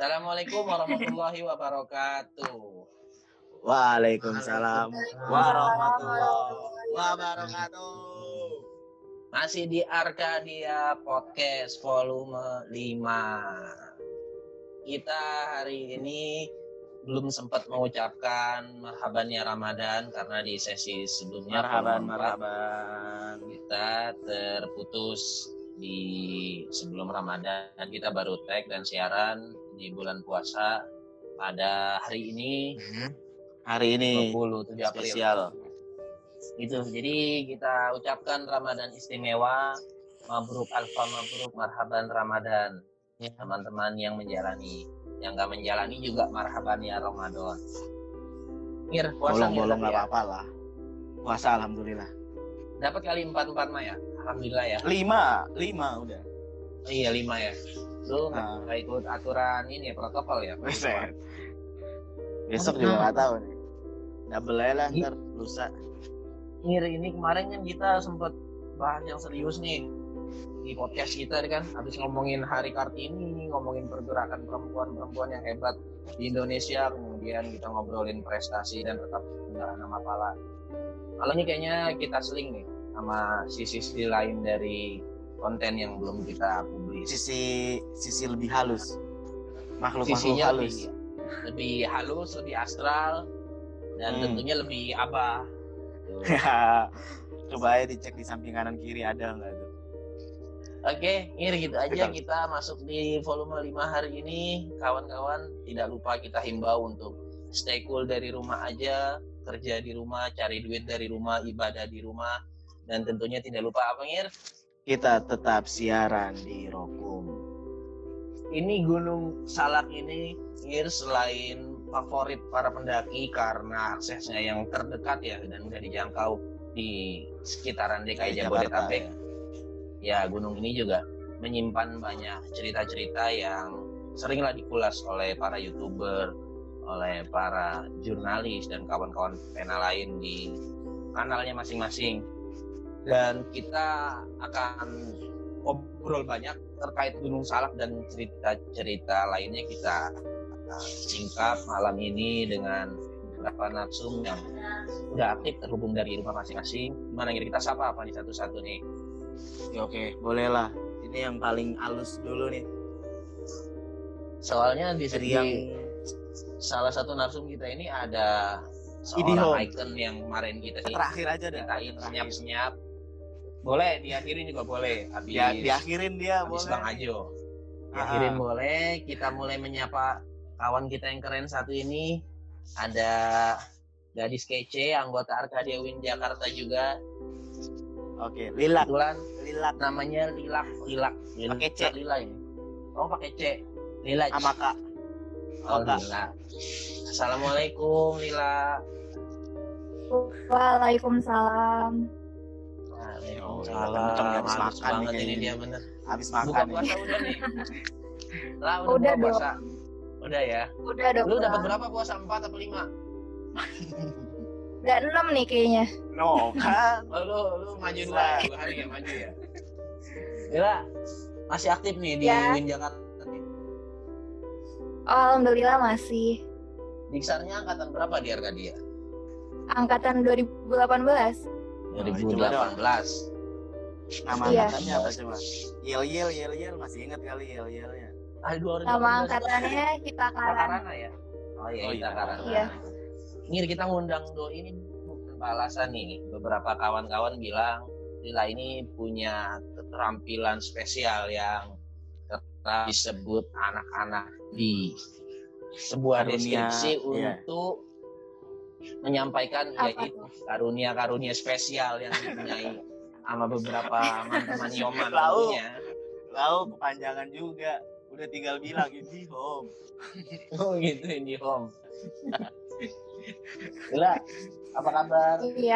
Assalamualaikum warahmatullahi wabarakatuh. Waalaikumsalam warahmatullahi wabarakatuh. Masih di Arkadia Podcast volume 5. Kita hari ini belum sempat mengucapkan marhaban ya Ramadan karena di sesi sebelumnya Marhaban. kita terputus di sebelum Ramadan. Kita baru tag dan siaran di bulan puasa pada hari ini. Hari ini 27 April. spesial. Gitu. Jadi kita ucapkan Ramadan istimewa. Mabruk alfa mabruk, marhaban Ramadan. Ya, teman-teman yang menjalani. Yang gak menjalani juga marhaban ya Ramadan. Mir, puasa Bolong-bolong gak apa-apa lah. Puasa alhamdulillah. Dapat kali 4 ya. Alhamdulillah ya. 5 udah. Iya 5 ya. Lu nggak ikut aturan ini ya, protokol ya. Beset. Besok juga nggak tahu nih. Double lah ntar lusa. Mir, ini kemarin kan kita sempat bahas yang serius nih di podcast kita kan, habis ngomongin Hari Kartini, ngomongin pergerakan perempuan yang hebat di Indonesia, kemudian kita ngobrolin prestasi dan rekap nama pala. Kalau ini kayaknya kita seling nih sama sisi lain dari konten yang belum kita publis. Sisi lebih halus. Makhluk Sisinya halus. Lebih halus, lebih astral, dan tentunya lebih abah. Coba aja dicek di samping kanan kiri ada nggak tuh. Oke, gitu aja kita masuk di volume 5 hari ini. Kawan-kawan, tidak lupa kita himbau untuk stay cool dari rumah aja, kerja di rumah, cari duit dari rumah, ibadah di rumah, dan tentunya tidak lupa apa, Ngir? Kita tetap siaran di Rokum. Ini Gunung Salak ini, Ngir, selain favorit para pendaki karena aksesnya yang terdekat ya dan mudah dijangkau di sekitaran DKI Jabodetabek. Ya, gunung ini juga menyimpan banyak cerita-cerita yang seringlah dikulas oleh para YouTuber, oleh para jurnalis dan kawan-kawan pena lain di kanalnya masing-masing. Dan kita akan ngobrol banyak terkait Gunung Salak dan cerita-cerita lainnya kita singkap malam ini dengan beberapa narsum yang udah aktif terhubung dari rumah masing-masing. Gimana kita sapa apa nih satu-satu nih? Oke, boleh lah. Ini yang paling halus dulu nih. Soalnya di salah satu narsum kita ini ada seorang icon yang kemarin kita terakhir aja deh. Senyap-senyap. Boleh, diakhirin juga boleh. Habis ya, diakhirin dia habis boleh. Bang Ajo. Diakhirin boleh. Kita mulai menyapa kawan kita yang keren satu ini. Ada gadis kece, anggota Arkadia Win Jakarta juga. Oke, Lilak. Kebetulan namanya Lilak. Pakai C. Lila ini. Oh, pakai C. Lila. Sama Kak. Oh, Lila. Assalamualaikum, Lila. Waalaikumsalam. Waalaikumsalam. Habis makan banget nih, ini dia bener. Habis makan. Buka puasa udah nih. Lah, udah puasa. Udah ya. Udah dong. Lu dapat berapa puasa? 4 atau 5? Udah 6 nih kayaknya. No, kan. Oh, lu maju 2 hari ya maju ya. Lila masih aktif nih di Win Jakarta nih. Alhamdulillah masih. Diksarnya angkatan berapa di Arkadia? Angkatan 2018. 2018. Nama angkatannya apa coba? Yel masih ingat kali Yel-Yelnya. Nama angkatannya kita Karana ya. Oh iya, kita Karana. Iya. Ngir, kita ngundang Doi ini bukan balasan nih. Beberapa kawan-kawan bilang Lila ini punya keterampilan spesial yang kerap disebut anak-anak di sebuah deskripsi untuk menyampaikan yaitu karunia-karunia spesial yang dipunyai sama beberapa teman-teman Yoman tentunya. Lalu kepanjangan juga. Udah tinggal bilang ini home. Oh gitu, ini home. Lila, apa kabar? Iya.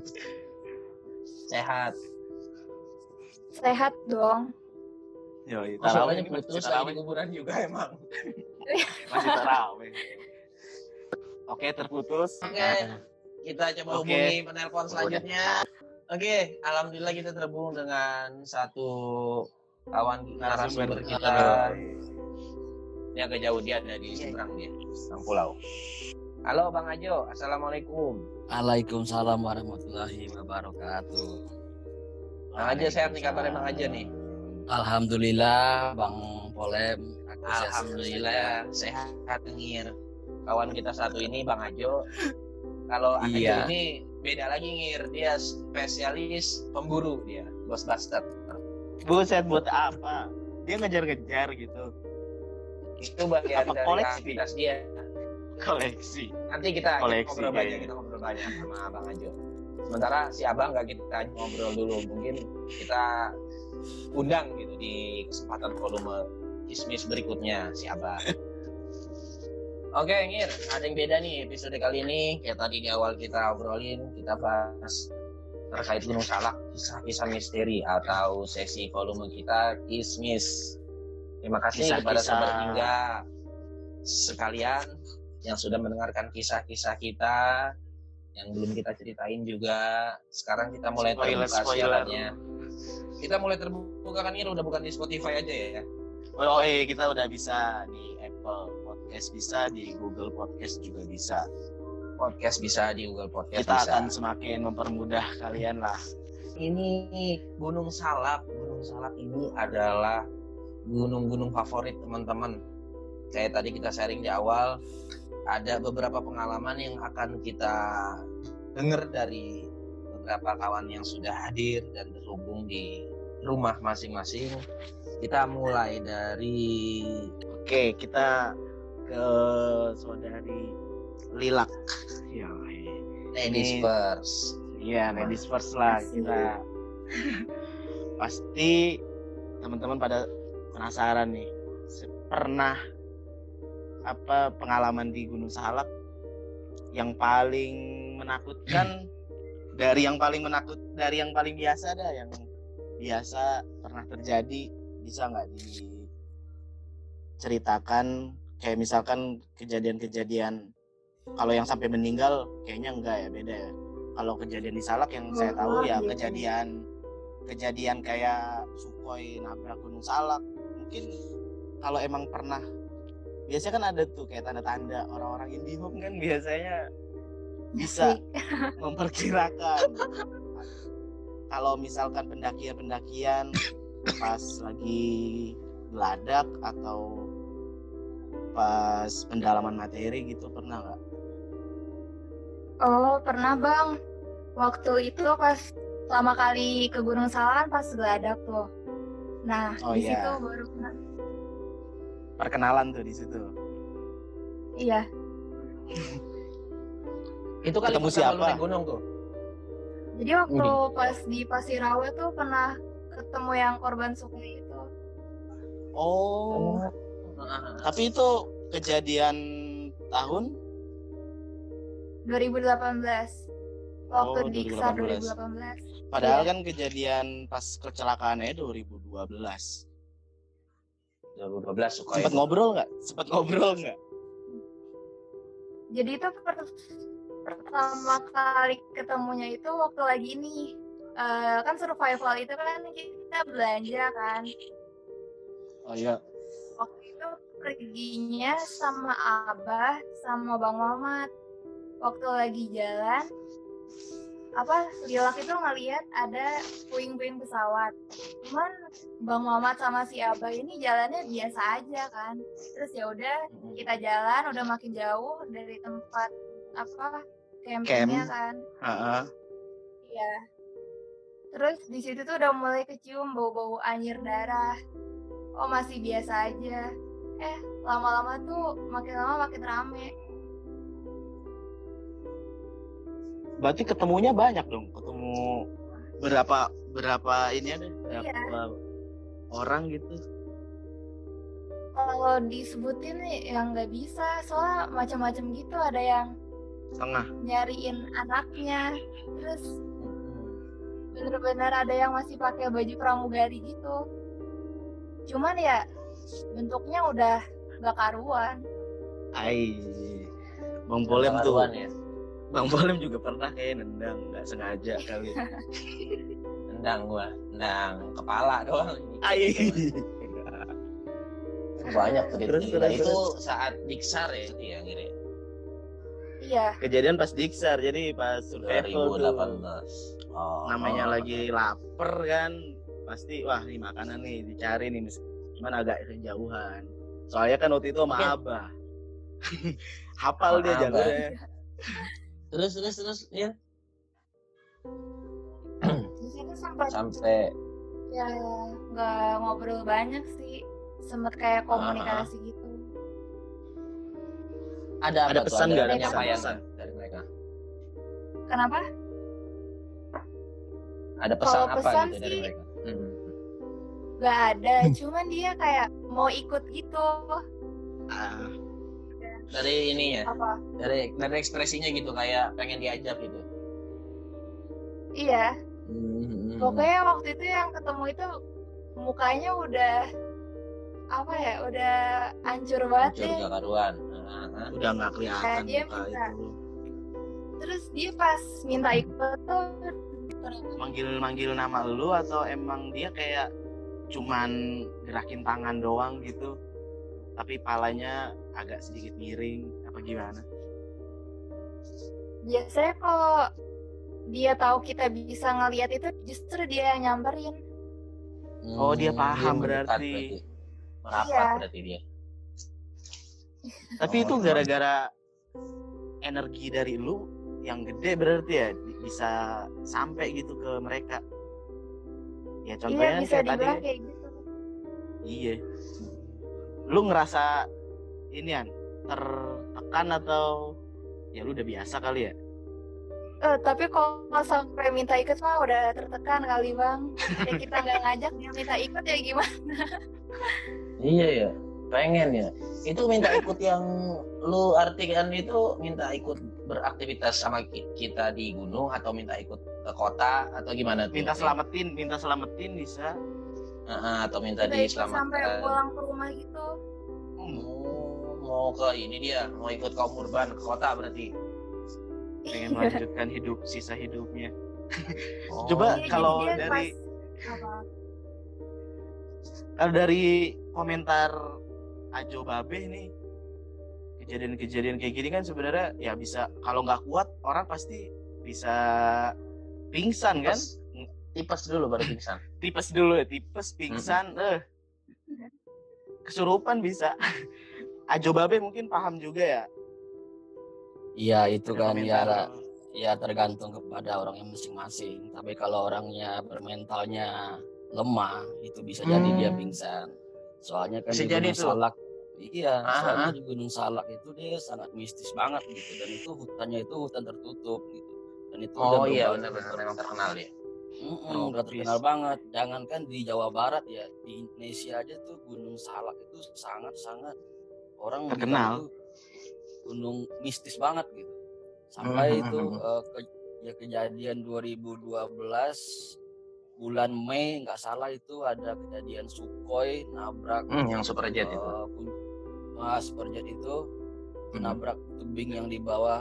Sehat dong. Yoi, soalnya putus lagi di kuburan juga emang. Masih tarawih. Oke, terputus. Oke, kita coba hubungi penelpon selanjutnya. Oke, alhamdulillah kita terhubung dengan satu kawan narasumber kita. Dia agak jauh, dia ada di seberang dia, seberang pulau. Halo Bang Ajo, assalamualaikum. Waalaikumsalam warahmatullahi wabarakatuh. Bang Ajo sehat nih kabarnya Bang Ajo nih? Alhamdulillah Bang Polem. Aku Alhamdulillah sehat Ngir. Kawan kita satu ini Bang Ajo. Kalau Ajo Iya. ini beda lagi Ngir, dia spesialis pemburu dia, Ghostbuster. Buset, buat apa? Dia ngejar-ngejar gitu. Itu bagian Apa dari koleksi? aktivitas dia. Koleksi. Nanti kita Koleksi, ngobrol banyak, iya. kita ngobrol banyak sama Bang Ajo. Sementara si Abang nggak kita ngobrol dulu, mungkin kita undang gitu di kesempatan volume Kismis berikutnya si Abang. Oke, Ngir, ada yang beda nih episode kali ini. Kayak tadi di awal kita obrolin, kita bahas terkait Gunung Salak, kisah-kisah misteri atau sesi volume kita Kismis. Terima kasih kepada Kisah-kisah. sobat hingga sekalian yang sudah mendengarkan kisah-kisah kita yang belum kita ceritain juga. Sekarang kita mulai terbuka siarannya. Kita mulai terbuka kan, Ngir, udah bukan di Spotify aja ya. Oh, kita udah bisa di Apple Podcast, bisa di Google Podcast juga bisa. Podcast bisa di Google Podcast Kita bisa. akan semakin mempermudah kalian lah. Ini Gunung Salak. Gunung Salak ini adalah gunung-gunung favorit teman-teman. Kayak tadi kita sharing di awal, ada beberapa pengalaman yang akan kita dengar dari beberapa kawan yang sudah hadir dan terhubung di rumah masing-masing. Kita mulai dari Oke, kita ke saudari Lilak. Ya, ladies Ini- first. Iya, ladies first lah kita. Pasti teman-teman pada penasaran nih, pernah apa pengalaman di Gunung Salak yang paling menakutkan dari yang paling biasa dah, yang biasa pernah terjadi, bisa nggak diceritakan? Kayak misalkan kejadian-kejadian, kalau yang sampai meninggal kayaknya enggak ya, beda ya. Kalau kejadian di Salak yang saya tahu ya kejadian kayak Sukhoi nabrak Gunung Salak. Mungkin kalau emang pernah, biasanya kan ada tuh kayak tanda-tanda orang-orang IndiHome kan biasanya bisa memperkirakan kalau misalkan pendakian pas lagi geladak atau pas pendalaman materi gitu, pernah nggak? Oh, pernah Bang. Waktu itu pas pertama kali ke Gunung Salak pas geladak tuh. Nah, Oh, di iya. situ baru kena. Perkenalan tuh di situ. Iya, Itu kali Ketemu pertama lu siapa? naik gunung tuh. jadi waktu pas di Pasirawa tuh pernah ketemu yang korban Sukhoi itu. Oh, tapi itu kejadian tahun 2018. Waktu Oh, di Iksa 2018. 2018. padahal Iya. kan kejadian pas kecelakaannya 2012. 2012 Sukhoi. Sempat ngobrol nggak? Jadi itu pertama kali ketemunya itu waktu lagi ini. Kan survival itu kan kita belanja kan. Oh iya. Waktu itu perginya sama Abah sama Bang Mamat. Waktu lagi jalan, Lilak itu ngeliat ada puing-puing pesawat. Cuman Bang Mamat sama si Abah ini jalannya biasa aja kan. Terus ya udah kita jalan, udah makin jauh dari tempat campingnya kan. Heeh. Iya. Terus di situ tuh udah mulai kecium bau-bau anyir darah. Oh, masih biasa aja. Lama-lama tuh makin lama makin rame. Berarti ketemunya banyak dong. Ketemu berapa ini ada? Berapa orang gitu? Kalau disebutin nih yang nggak bisa, soalnya macam-macam gitu. Ada yang Setengah. nyariin anaknya, terus bener-bener ada yang masih pakai baju pramugari gitu. Cuman ya bentuknya udah gak karuan. Ai. Bang Polem tuh. Karuan ya. Bang Polem juga pernah kayak nendang, nggak sengaja kali. Nendang kepala doang ini. Ai. banyak tuh Terus, gila. terus, Itu saat diksar ya itu ya kira Iya. Kejadian pas diksar, jadi pas survival tuh 2018. namanya lagi lapar kan, pasti wah nih makanan nih dicari nih, cuman agak kejauhan. Soalnya kan waktu itu sama Oke. Abah. Hafal Sama dia Abah. jalurnya. Terus ya Di situ sempat sampai ya nggak ngobrol banyak sih, sempet kayak komunikasi gitu. ada Ada apa tuh? pesan nggak? Ada penyampaian pesan? dari mereka? Kenapa? Ada pesan Kalau apa pesan gitu dari sih, mereka? Nggak ada, cuman dia kayak mau ikut gitu. Ah, Dari ininya, Apa? dari ekspresinya gitu kayak pengen diajak gitu. Iya, Hmm. pokoknya waktu itu yang ketemu itu mukanya udah apa ya, udah hancur banget Hancur deh. gak karuan. udah nggak kelihatan Dia muka minta. itu. Terus dia pas minta ikut tuh Manggil nama lu atau emang dia kayak cuman gerakin tangan doang gitu, tapi palanya agak sedikit miring apa gimana? biasanya kalau dia tahu kita bisa ngelihat itu justru dia yang nyamperin. Oh, dia paham mendekat berarti. Merapat Iya. berarti dia. Tapi itu Oh, gara-gara energi dari lu yang gede berarti ya, bisa sampai gitu ke mereka. Ya Iya, contohnya bisa kayak tadi. dibilang kayak gitu. Iya. Lu ngerasa inian tertekan atau ya lu udah biasa kali ya? Tapi kalau sampai minta ikut mah udah tertekan kali bang. Ya kita nggak ngajak dia minta ikut ya gimana? Iya ya, pengen ya. Itu minta ikut yang lu artikan itu minta ikut beraktivitas sama kita di gunung atau minta ikut ke kota atau gimana tuh? Minta selamatin bisa. Atau minta Kita ikut sampai diselamatkan. pulang ke rumah gitu. Mau ke ini dia, mau ikut kaum urban ke kota berarti. Pengen Iya. melanjutkan sisa hidupnya. Oh, Coba Iya, kalau jadi dia dari apa? kalau dari komentar Ajo Babe nih, kejadian-kejadian kayak gini kan sebenarnya ya bisa, kalau nggak kuat orang pasti bisa pingsan kan? tipes dulu baru pingsan. Tipes pingsan, kesurupan bisa. Ajo Babe mungkin paham juga ya. Iya itu Ada kan komentar. ya tergantung kepada orangnya masing-masing. Tapi kalau orangnya bermentalnya lemah itu bisa jadi dia pingsan. Soalnya kan Bisa di jadi Gunung tuh. Salak, iya, soalnya Ah. di Gunung Salak itu dia sangat mistis banget gitu, dan itu hutannya itu hutan tertutup gitu, dan itu Oh iya berbagai benar-benar memang terkenal ya. udah terkenal banget. Jangankan di Jawa Barat ya, di Indonesia aja tuh Gunung Salak itu sangat-sangat orang Terkenal. bilang itu gunung mistis banget gitu. Sampai itu kejadian 2012 bulan Mei nggak salah itu ada kejadian Sukhoi nabrak Yang superjet itu. Superjet itu nabrak tebing yang di bawah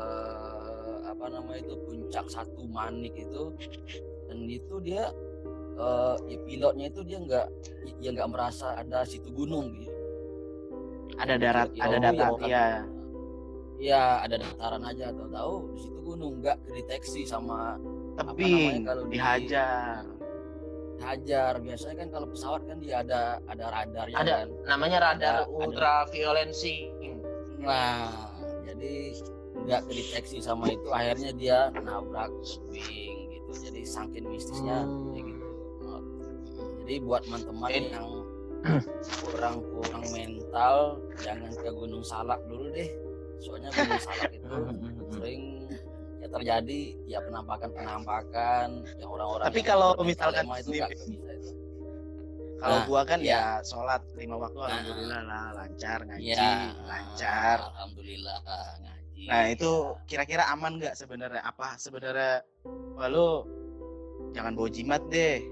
apa namanya itu puncak Satu Manik itu, dan itu dia ya pilotnya itu dia nggak merasa ada situ gunung gitu. Ada darat, Ya, ada oh, datar, ya, ya. Ya ada dataran aja, tahu di situ gunung nggak kedeteksi sama Tebing, kalau dihajar. dihajar. Biasanya kan kalau pesawat kan dia ada radarnya Ada kan. namanya radar Ada- ultraviolency. Nah jadi nggak kedeteksi sama itu, akhirnya dia nabrak tebing gitu. Jadi saking mistisnya kayak gitu. Jadi buat teman-teman yang kurang mental jangan ke Gunung Salak dulu deh. Soalnya Gunung Salak itu sering ya terjadi ya penampakan yang orang-orang. Tapi yang kalau mental misalkan lemah itu sendiri- nggak bisa itu. Kalau Nah, gua kan iya. ya sholat 5 waktu alhamdulillah lah, lancar ngaji, Ya, lancar. alhamdulillah ngaji. Nah itu kira-kira aman nggak sebenarnya? Apa sebenarnya? Wah lu jangan bawa jimat deh.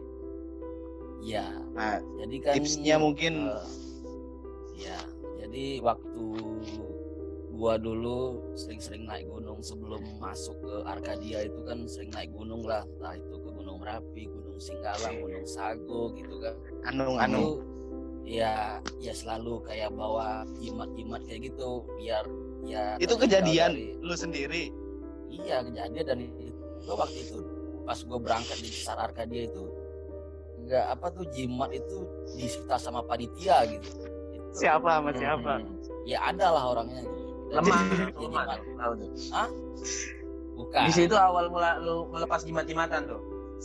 Ya, Nah jadi kan tipsnya mungkin ya, jadi waktu gua dulu sering-sering naik gunung sebelum masuk ke Arkadia itu kan sering naik gunung lah, entah itu ke Gunung Merapi, Gunung Singgalang, Gunung Sago gitu kan. anu Itu ya selalu kayak bawa jimat-jimat kayak gitu biar ya Itu terhindar kejadian dari- lu sendiri. Iya kejadian, dan itu waktu itu pas gue berangkat di Besar Arkadia itu nggak apa tuh jimat itu disita sama panitia gitu. Itu, Siapa sama siapa? ya ada lah orangnya gitu. Dan Lemah, jadi lemah jimat- tuh, tahu tuh. bukan Di situ awal mula lu melepas jimat-jimatan tuh.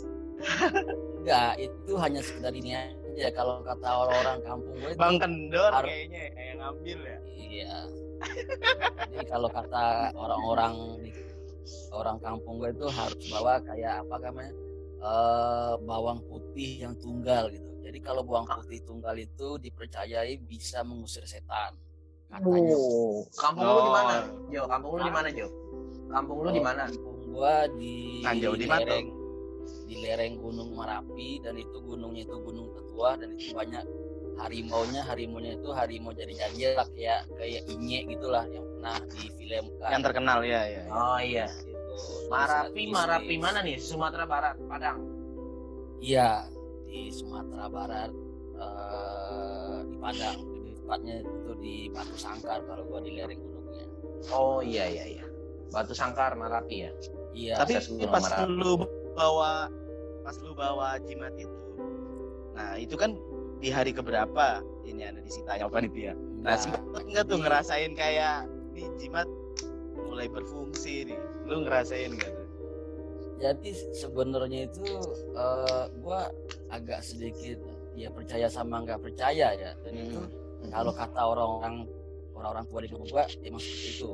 enggak, itu hanya sekedar ini aja. Kalau kata orang-orang kampung gue itu, Bang Kendor Har- kayaknya yang ngambil ya. iya. Jadi kalau kata orang-orang di orang kampung gue itu harus bawa kayak apa namanya, bawang putih yang tunggal gitu. Jadi kalau bawang putih tunggal itu dipercayai bisa mengusir setan katanya. Kampung lu di mana? Jo, kampung lu di mana, Jo? Kampung lu di mana? Kampung gua di Tanjau di Mato. di lereng Gunung Merapi, dan itu gunungnya itu gunung tertua, dan itu banyak harimaunya itu harimau jadi-jadian lah, kayak Inye gitulah yang pernah difilmkan. Yang terkenal ya. Oh iya. Gitu. Marapi Terus mana nih? Sumatera Barat, Padang. Iya, di Sumatera Barat, di Padang, lebih tepatnya itu di Batu Sangkar kalau gua di lereng gunungnya. Oh iya. Batu Sangkar, Marapi ya. Iya. Tapi Akses Gunung pas Merapi. lu bawa jimat itu, nah itu kan di hari keberapa ini ada disita sama panitia. Nah sempet nggak tuh jadi- ngerasain kayak nih jimat mulai berfungsi nih, lu ngerasain nggak tuh? Jadi sebenarnya itu gua agak sedikit ya percaya sama nggak percaya ya. Dan itu kalau kata orang tua di kampung gua emang seperti itu.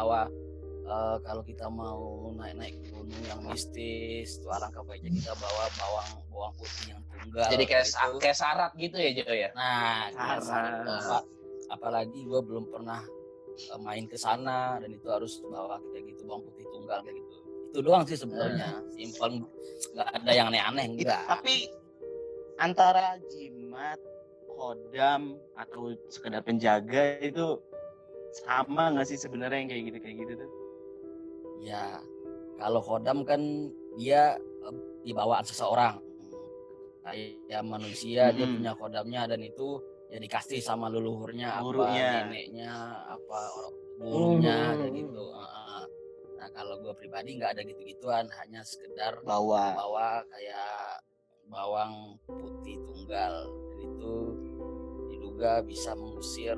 Kalau kita mau naik gunung yang mistis, tuh alangkah baiknya kita bawa bawang putih yang tunggal. Jadi kayak gitu. kayak syarat gitu ya, Jo ya. Nah, Syarat. apalagi gue belum pernah main ke sana, dan itu harus bawa kayak gitu bawang putih tunggal kayak gitu. Itu doang sih sebenarnya, simpel, nggak ada yang aneh-aneh enggak. Tapi antara jimat, kodam atau sekedar penjaga itu sama nggak sih sebenarnya yang kayak gitu tuh? Ya, kalau kodam kan dia dibawaan seseorang. Kayak manusia dia punya kodamnya, dan itu ya dikasih sama leluhurnya, Gurunya. apa neneknya, apa gurunya kayak gitu. Nah, kalau gue pribadi nggak ada gitu-gituan, hanya sekedar bawa kayak bawang putih tunggal, dan itu diduga bisa mengusir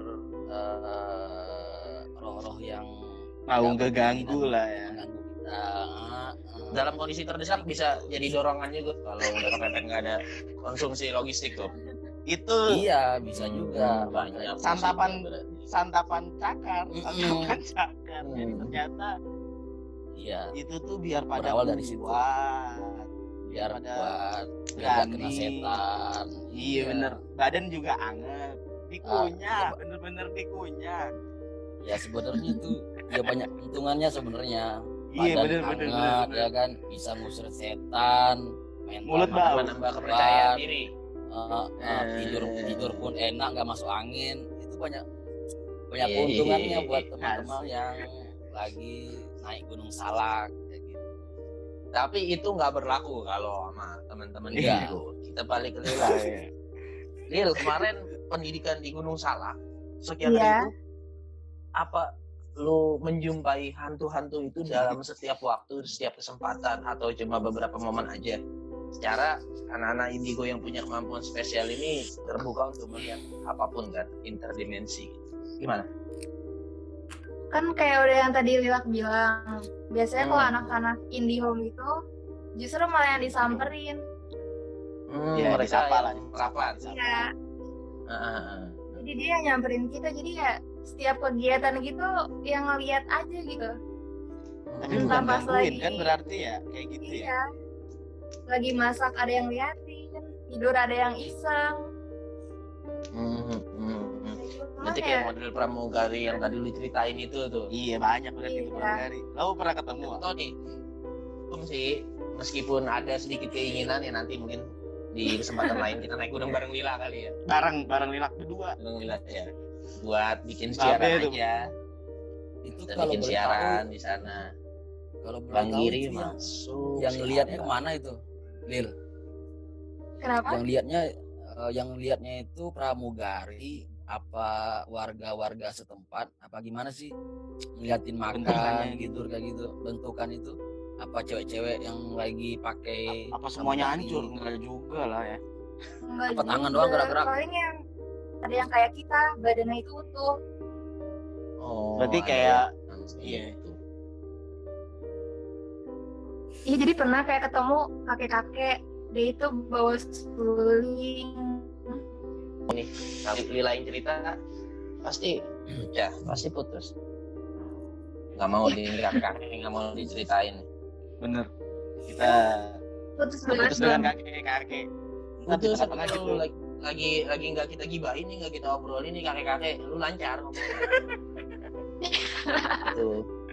roh-roh yang Mau nggak ngeganggu berkeinginan lah ya. mengganggu kita. Dalam kondisi terdesak bisa jadi dorongan juga kalau udah kepepet nggak ada konsumsi logistik tuh. Itu Iya, bisa juga. Banyak santapan berarti. santapan cakar. Mm-mm. Jadi ternyata Iya, itu tuh biar pada Berawal dari situ. kuat. biar Pada kuat, biar nggak kena berani. setan. Iya bener. Badan juga anget. Dikunyah, iya, bener-bener dikunyah. Ya sebenarnya itu ya banyak keuntungannya sebenarnya. Iya Badan bener. hangat, ya kan, bisa ngusir setan, mental Mulut bau. Menambah kepercayaan kuat, diri. tidur pun enak, nggak masuk angin. Itu banyak Iya, keuntungannya iya, buat iya. teman-teman yang lagi naik Gunung Salak kayak gitu. Tapi itu nggak berlaku kalau sama teman-teman Iya. dulu. Kita balik ke Lil. Iya. Lil, kemarin pendidikan di Gunung Salak sekian Iya. ribu. Apa lu menjumpai hantu-hantu itu dalam setiap waktu, setiap kesempatan, atau cuma beberapa momen aja? Secara anak-anak indigo yang punya kemampuan spesial ini terbuka untuk melihat apapun kan, interdimensi. Gimana? Kan kayak udah yang tadi Lilak bilang, biasanya kalau anak-anak IndiHome itu justru malah yang disamperin. Ya, Mereka disapa lah, yang rapat. Iya. Ah. Jadi dia yang nyamperin kita, jadi ya setiap kegiatan gitu yang ngeliat aja gitu. Tapi Entah bukan pas gangguin lagi- kan berarti ya kayak gitu ya. Iya. Lagi masak ada yang liatin, tidur ada yang iseng. Cuman Nanti kayak model pramugari yang tadi lu ceritain itu tuh. Iya banyak berarti itu Iya. pramugari. Lo pernah ketemu? Tahu nih, sih meskipun ada sedikit keinginan ya nanti mungkin di kesempatan lain kita naik gunung bareng Lila kali ya. Bareng Lilak berdua. Gunung Lila ya. Buat bikin Babe siaran tuh. aja. Itu Kita kalau bikin boleh siaran tahu, di sana. kalau boleh Bang tahu Giri itu masuk. yang si ngelihatnya Abang. kemana itu, Lil? kenapa? Yang lihatnya yang lihatnya itu pramugari apa warga-warga setempat apa gimana sih ngeliatin makan Bentukannya gitu kayak gitu bentukan itu apa cewek-cewek yang lagi pakai Apa semuanya kaki? hancur? Enggak juga lah ya. Enggak Apa tangan juga. doang gerak-gerak? Paling yang ada yang kayak kita badannya itu utuh. Oh, Berarti ada kayak yang seperti iya. itu. Iya, jadi pernah kayak ketemu kakek-kakek, dia itu bawa suling. Kalau Lilain cerita pasti ya pasti putus. Nggak mau kakek nggak mau diceritain. Bener. Kita Putus putus dengan banget. kakek-kakek. Putus Apa lagi kalau tuh? lagi nggak kita gibahin nih, nggak kita obrolin nih kakek lu lancar ngomongnya. Gitu.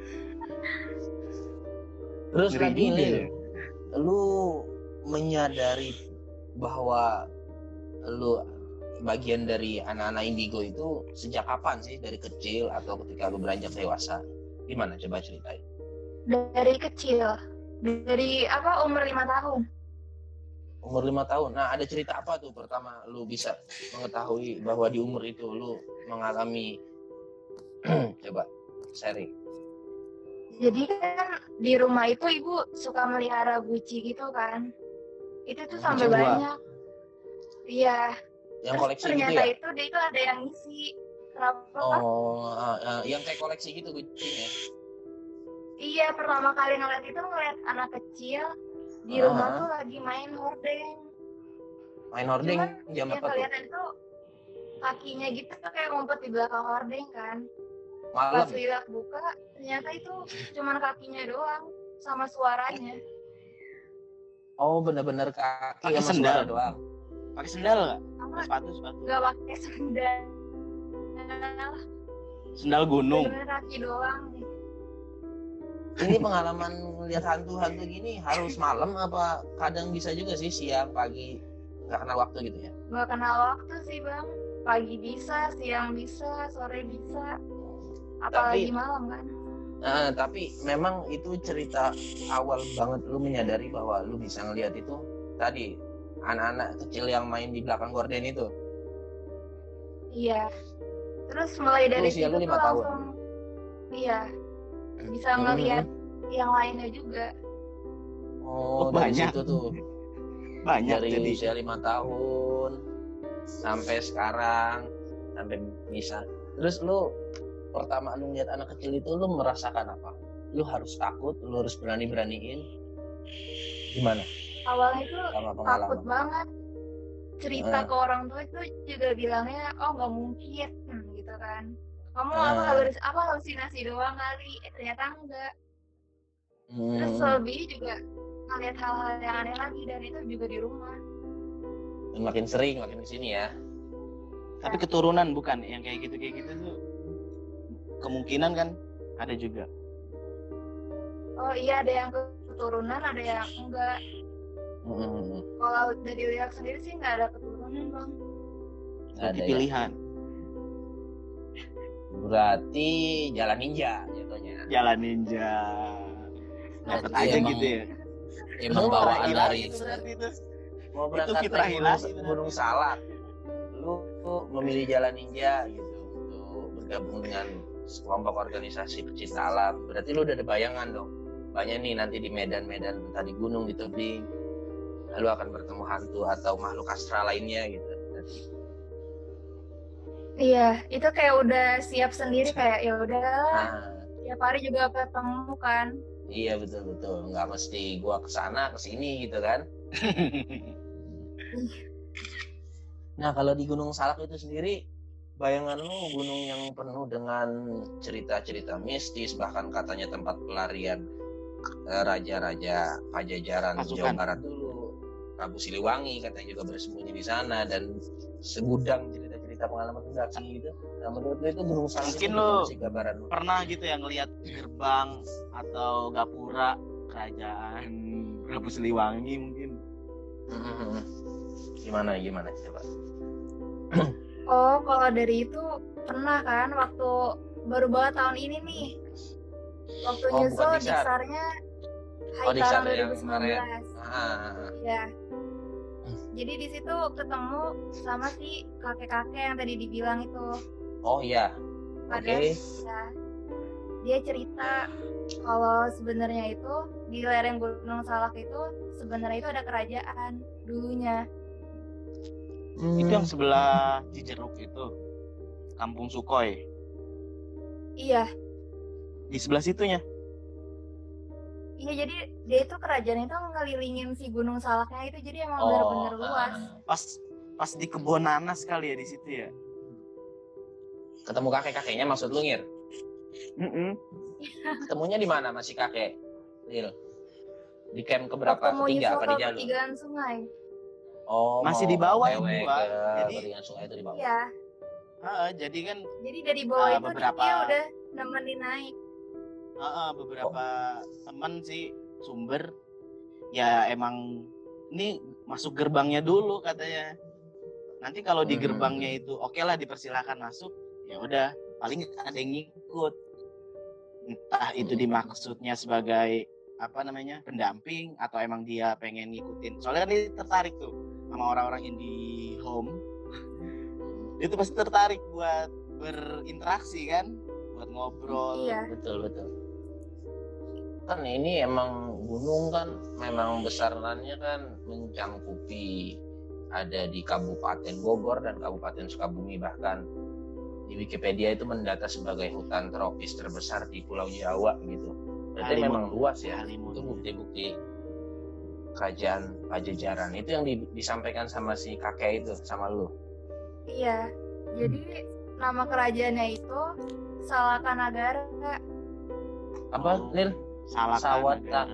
Terus Ngeri lagi juga Lil, ya. lu menyadari bahwa lu bagian dari anak-anak indigo itu sejak kapan sih? Dari kecil atau ketika lu beranjak dewasa? Gimana, coba ceritain. Dari kecil, dari umur 5 tahun. Umur 5 tahun. Nah, ada cerita apa tuh pertama lu bisa mengetahui bahwa di umur itu lu mengalami coba sharing. Jadi kan di rumah itu ibu suka melihara guci gitu kan. Itu tuh sampai Guci buah. banyak. Iya. Yang Terus koleksi gitu ternyata ya? itu dia itu ada yang ngisi. Kenapa? Pak? Oh, yang kayak koleksi gitu gucinya. Iya, pertama kali ngeliat anak kecil di rumah tuh lagi main hordeng. Main hordeng Cuman jam yang apa tuh? kelihatan itu kakinya gitu kayak ngumpet di belakang hordeng kan. Malam. Pas lihat buka, ternyata itu cuman kakinya doang sama suaranya. Oh, benar-benar kaki Pakai sama sendal. suara doang. Pakai sendal nggak? Apa? Sepatu. Nggak pakai sendal. Sendal gunung. Bener kaki doang. Ini pengalaman melihat hantu-hantu gini harus malam apa kadang bisa juga sih siang, pagi, nggak kenal waktu gitu ya? Nggak kenal waktu sih bang. Pagi bisa, siang bisa, sore bisa. Apalagi malam kan. Tapi memang itu cerita awal banget lu menyadari bahwa lu bisa ngelihat itu tadi anak-anak kecil yang main di belakang gorden itu. Iya. Terus mulai dari Usia situ lu tuh 5 tahun. langsung iya bisa ngelihat yang lainnya juga. Oh, Oh, dari banyak. situ tuh. Banyak Dari jadi. usia 5 tahun sampai sekarang sampai bisa. Terus lu pertama lu lihat anak kecil itu lu merasakan apa? Lu harus takut, lu harus berani-beraniin. Gimana? Awalnya tuh Sama takut pengalaman. banget. Cerita ke orang tua itu juga bilangnya nggak mungkin gitu kan. Kamu halusinasi doang kali. Ternyata enggak. Terus lebih juga ngeliat hal-hal yang aneh lagi dan itu juga di rumah. Dan makin sering, makin kesini ya. Tapi keturunan bukan yang kayak gitu tuh kemungkinan kan ada juga. Oh iya, ada yang keturunan, ada yang enggak. Kalau dari lihat sendiri sih nggak ada keturunan bang. Berarti Ada pilihan. Berarti jalan ninja jatuhnya. Jalan ninja. Dapat Berarti aja emang- gitu ya. Emang Lu bawaan terakhir dari itu berarti itu. Mau berangkat fitrah naik ilahi, gunung Salak, lu memilih jalan ninja gitu untuk bergabung dengan kelompok organisasi pecinta alam. Berarti lu udah ada bayangan dong. Banyak nih nanti di medan-medan entah di gunung, di tebing, lalu akan bertemu hantu atau makhluk astral lainnya gitu. Iya, itu kayak udah siap sendiri kayak ya udahlah. Nah, Tiap hari juga ketemu kan. iya betul. Nggak mesti gua kesana kesini gitu kan. Nah, kalau di Gunung Salak itu sendiri, bayangan lu gunung yang penuh dengan cerita-cerita mistis, bahkan katanya tempat pelarian raja-raja Pajajaran Pasukan. Jawa Barat dulu, Prabu Siliwangi katanya juga bersembunyi di sana, dan segudang cerita-cerita pengalaman mendaki gitu. Nah, menurut lu itu Gunung Salak Mungkin itu lu gimana sih gambaran lu? Pernah gitu yang ngelihat gerbang atau gapura kerajaan Prabu Siliwangi mungkin. Gimana coba? Oh, kalau dari itu pernah kan waktu baru banget tahun ini nih. Waktu Oh, nyusul bukan Diksar. Diksarnya Oh, Diksar Haitaran yang 2019. Ah, Iya. Jadi di situ ketemu sama si kakek-kakek yang tadi dibilang itu. Oh iya. Ada Oke. ya, dia cerita kalau sebenarnya itu di lereng Gunung Salak itu sebenarnya itu ada kerajaan dulunya. Itu yang sebelah Cijeruk itu, Kampung Sukoy. Iya, Di sebelah situnya. iya jadi dia itu kerajaan itu ngelilingin si Gunung Salaknya itu, jadi emang Oh, bener-bener luas. Pas di kebun nanas kali ya di situ ya. Ketemu kakek-kakeknya maksud lu, Ngir? Ketemunya di mana masih kakek? Lil. Di camp keberapa? Ketemu Ketiga nyusul apa ke di jalur? pertigaan sungai. Oh, Masih mau di bawah OTW itu, Pak. ke Jadi- pertigaan sungai itu di bawah. Iya, Jadi kan jadi dari bawah itu beberapa- dia udah nemenin naik. beberapa teman sih sumber ya emang ini masuk gerbangnya dulu katanya. Nanti kalau di gerbangnya itu oke lah dipersilakan masuk, ya udah paling ada yang ngikut. Entah itu dimaksudnya sebagai apa namanya pendamping atau emang dia pengen ngikutin. Soalnya kan dia tertarik tuh sama orang-orang indie home. Dia tuh pasti tertarik buat berinteraksi kan, buat ngobrol. Iya, Betul. Kan ini emang gunung kan memang besarannya kan mencangkupi ada di Kabupaten Bogor dan Kabupaten Sukabumi, bahkan di Wikipedia itu mendata sebagai hutan tropis terbesar di Pulau Jawa gitu. Berarti Halimun. memang luas ya. Halimun. Itu bukti-bukti kerajaan Pajajaran. Itu yang disampaikan sama si kakek itu sama lu. iya. Jadi nama kerajaannya itu Salakanagara. Apa, Oh. Lil? Salaka Sawata. negara.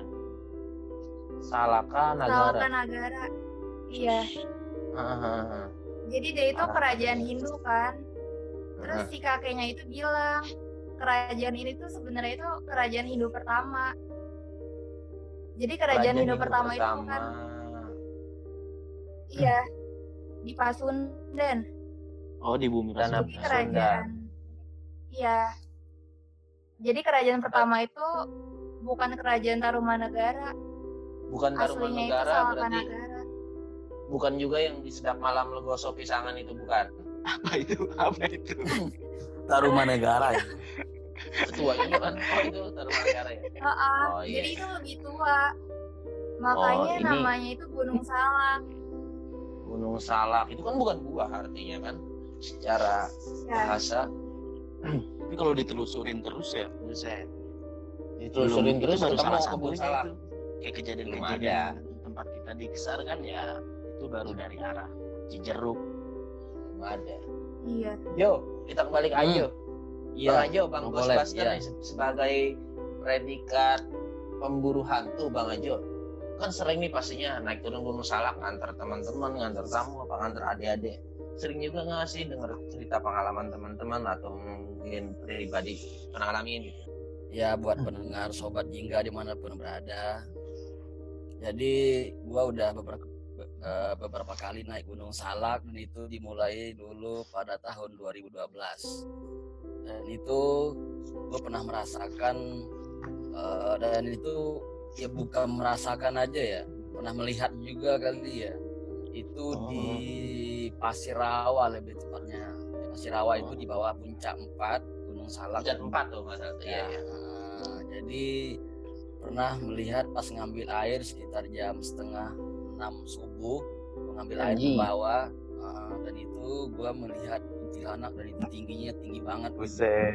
Salaka Nagara. Salakanagara. Iya. Hahaha. Jadi dia itu Parah. kerajaan Hindu kan. Terus si kakeknya itu bilang kerajaan ini tuh sebenarnya itu kerajaan Hindu pertama. Jadi kerajaan Hindu pertama itu kan iya di Pasundan. Oh, di bumi Tanah Pasundan. Jadi kerajaan. Iya. Jadi kerajaan pertama itu bukan kerajaan Tarumanegara. Bukan Aslinya itu Tarumanegara berarti Salakanagara. bukan juga yang di sedap malam legoso pisangan itu bukan. Apa itu? Apa itu? Tarumanegara ya. Ketua itu kan. Oh itu Tarumanegara ya. Oh, iya. Jadi itu lebih tua. Makanya Oh, ini- namanya itu Gunung Salak. Gunung Salak itu kan bukan buah artinya kan secara Ya. bahasa. Tapi kalau ditelusurin terus ya, buset. Ditelusurin terus itu baru ketemu salah kebun satunya salak. itu. Kayak Belum kejadian-kejadian tempat kita di Kesar kan ya, itu baru dari arah Cijeruk. Nggak ada. Iya. Jo, kita kembali ke Ajo. Iya. Bang Ajo, Bang Bos boleh, Buster iya. nih, sebagai predikat pemburu hantu Bang Ajo. Kan sering nih pastinya naik turun Gunung Salak ngantar teman-teman, ngantar tamu, apa ngantar adik-adik. Sering juga nggak sih dengar cerita pengalaman teman-teman atau mungkin pribadi pernah ngalamin gitu? Ya buat pendengar sobat Jingga dimanapun berada. Jadi gua udah beberapa kali naik Gunung Salak, dan itu dimulai dulu pada tahun 2012. Dan itu gue pernah merasakan dan itu ya bukan merasakan aja ya, pernah melihat juga kali ya. Itu di Pasirawa lebih tepatnya. Di Pasirawa itu di bawah puncak 4 Gunung Salak. Puncak 4 tuh Mas Alto. Ya, jadi pernah melihat pas ngambil air sekitar jam setengah 6 subuh, mengambil air ke Anjing. bawah, dan itu gua melihat kuntilanak, dan itu tingginya tinggi banget. Buset.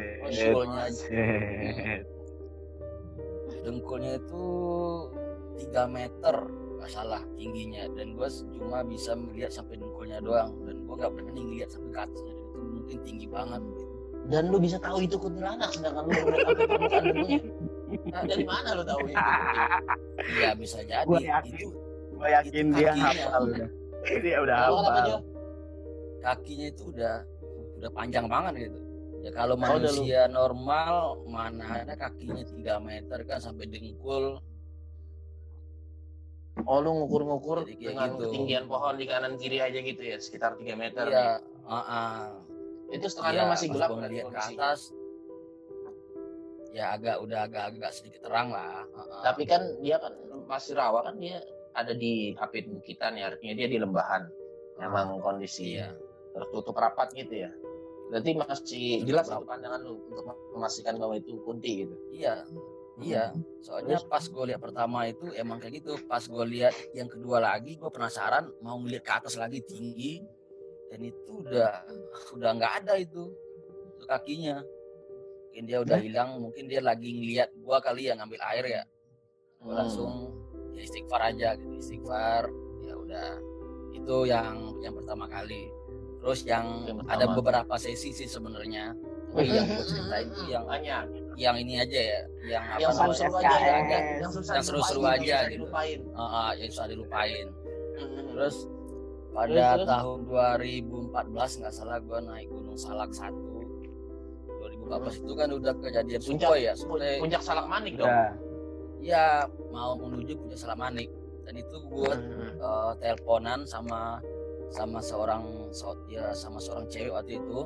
Dengkulnya itu 3 meter nggak salah tingginya, dan gua cuma bisa melihat sampai dengkulnya doang, dan gua nggak berani lihat sampai ke atasnya, dan itu mungkin tinggi banget gitu. Dan lu bisa tahu itu kuntilanak sedangkan lu udah sampai permukaan dengkulnya. Nah, dari mana lu tahu itu? Ya bisa jadi Gua yakin. itu Gue yakin Itu dia kakinya. hafal udah. Dia udah Tahu apa hafal. Jo? kakinya itu udah panjang banget gitu. Ya kalau udah lu. manusia normal mana ada kakinya 3 meter kan sampai dengkul. Oh lu ngukur-ngukur Jadi kayak dengan gitu. ketinggian pohon di kanan kiri aja gitu ya, sekitar 3 meter. Iya, Itu setengahnya masih gelap pas gua kan ngeliat ke kondisinya. atas. Ya agak sedikit terang lah. Tapi kan dia kan Pasirawa kan dia ada di Apit Bukitan ya, artinya dia di lembahan. Memang kondisi tertutup rapat gitu ya. Berarti masih jelas itu pandangan lu untuk memastikan bahwa itu kunti gitu. Iya, soalnya pas gue lihat pertama itu emang kayak gitu. Pas gue lihat yang kedua lagi, gue penasaran mau ngeliat ke atas lagi tinggi, dan itu udah nggak ada itu kakinya. Mungkin dia udah hilang, mungkin dia lagi ngeliat gue kali ya ngambil air ya. Gue langsung ya istighfar aja gitu, istighfar. Ya udah, itu yang pertama kali. Terus yang ada beberapa sesi sih sebenarnya. Tapi yang gue ceritain itu yang ini aja ya, yang seru-seru aja ya, yang seru-seru aja gitu. Yang susah dilupain. Terus pada tahun 2014 nggak salah gue naik Gunung Salak 1. 2014 itu kan udah kejadian Sukhoi ya, Puncak Salak Manik dong. Iya, mau menuju Puncak Salak Manik. Dan itu gue teleponan sama seorang cewek waktu itu.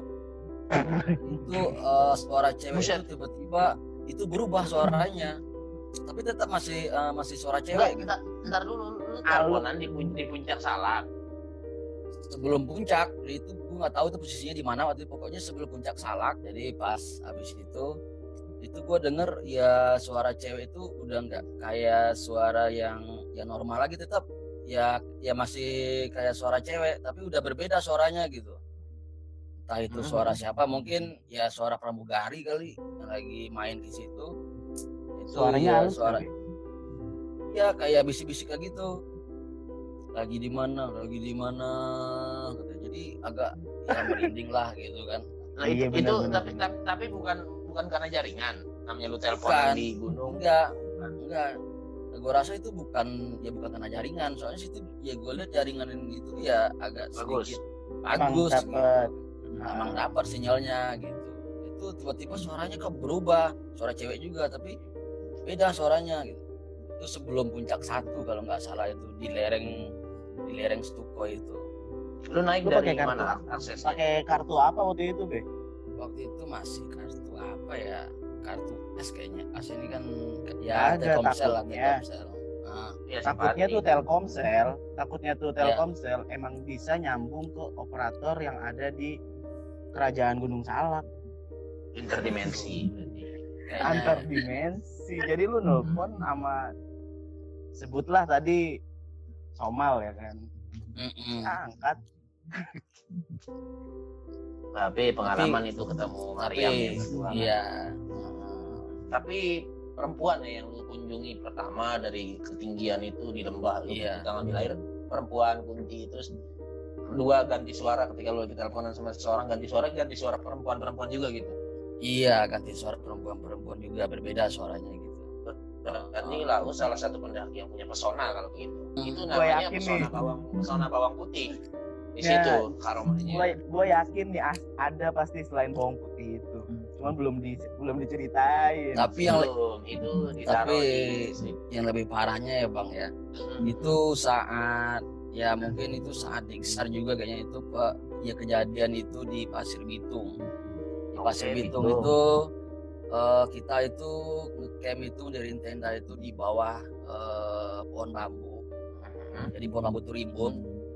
Suara cewek itu tiba-tiba itu berubah suaranya, tapi tetap masih suara cewek. Ntar dulu, lu teleponan di Puncak Salak. Sebelum puncak, itu gue nggak tahu itu posisinya di mana waktu itu, pokoknya sebelum Puncak Salak. Jadi pas habis itu gue denger ya suara cewek itu udah nggak kayak suara yang normal lagi, tetap ya masih kayak suara cewek, tapi udah berbeda suaranya gitu. Entah itu suara siapa, mungkin ya suara pramugari kali yang lagi main di situ. Itu suaranya ya kayak bisik-bisik kayak gitu. Lagi di mana gitu. Jadi agak ya merinding lah gitu kan. Nah, itu tapi bukan karena jaringan. Namanya lu teleponan di gunung. Enggak. Gue rasa itu bukan karena jaringan. Soalnya situ ya gue lihat jaringan itu ya agak sedikit bagus. Emang dapat sinyalnya gitu. Itu tiba-tiba suaranya kok berubah, suara cewek juga tapi beda suaranya gitu. Itu sebelum Puncak 1 kalau nggak salah, itu di lereng Sukhoi itu. Lu naik dari mana aksesnya? Pakai kartu apa waktu itu, Be? Waktu itu masih kartu apa ya? Kartu S kayaknya. As ini kan ya Telkomsel lah, Telkomsel. Takutnya tuh Telkomsel emang bisa nyambung ke operator yang ada di Kerajaan Gunung Salak. Interdimensi. Antar dimensi. Jadi lu nelpon sama sebutlah tadi Somal ya kan. Angkat. Tapi pengalaman itu ketemu Mariam yang kedua. Iya. Tapi perempuan yang lu kunjungi pertama dari ketinggian itu di lembah lu kita ngambil air, perempuan kunci, terus kedua ganti suara ketika lu diteleponan sama seseorang, ganti suara perempuan juga gitu. Iya, ganti suara perempuan juga, berbeda suaranya gitu. Berarti Lau salah satu pendaki yang punya pesona kalau begitu. Itu namanya pesona bawang putih. Di situ karomanya. Gue yakin nih ada pasti selain bawang putih itu. Cuman belum diceritain. Tapi yang lebih parahnya ya Bang ya. Itu saat mungkin itu saat Diksar juga kayaknya itu Pak. Ya kejadian itu di Pasir Bitung. Di Pasir Bitung itu kita itu ngecamp itu dari tenda itu di bawah pohon bambu. Jadi pohon bambu itu rimbun.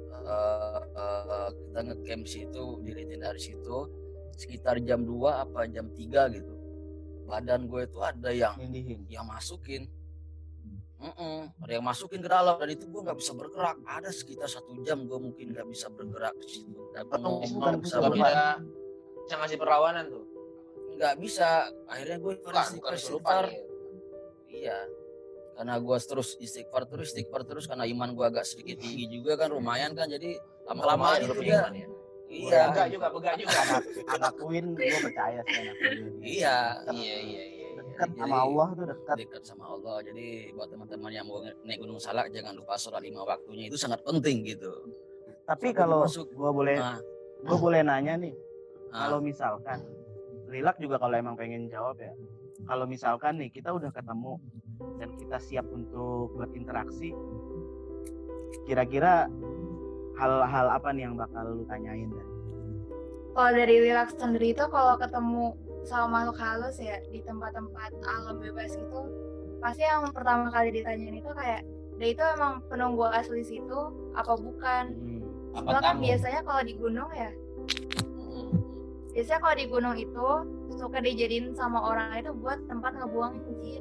Kita ngecamp situ di tenda dari situ sekitar jam 2 apa jam 3 gitu. Badan gue itu ada yang masukin. Ada yang masukin ke dalam, dan itu gue nggak bisa bergerak. Ada sekitar 1 jam gue mungkin nggak bisa bergerak di situ. Bukan bisa bergerak. Bisa ngasih perlawanan tuh. Nggak bisa. Akhirnya gue istighfar. Iya. Karena gue terus istighfar terus karena iman gue agak sedikit tinggi juga kan, lumayan kan, jadi lama-lama itu dia. Iya. Begak juga. Anak Queen gue percaya sih anak Queen. Iya. Dekat sama Allah tuh dekat sama Allah. Jadi buat teman-teman yang mau naik Gunung Salak jangan lupa sholat 5 waktunya, itu sangat penting gitu. Tapi kalau gue boleh nanya nih, kalau misalkan Lilak juga kalau emang pengen jawab ya, kalau misalkan nih kita udah ketemu dan kita siap untuk berinteraksi, kira-kira hal-hal apa nih yang bakal lu tanyain? Kalau dari Lilak sendiri itu kalau ketemu sama makhluk halus ya di tempat-tempat alam bebas gitu, pasti yang pertama kali ditanyain itu kayak dia itu emang penunggu asli situ apa bukan. Apa Soalnya kan tamu? biasanya kalau di gunung ya, biasanya kalau di gunung itu suka dijadiin sama orang itu buat tempat ngebuang jin.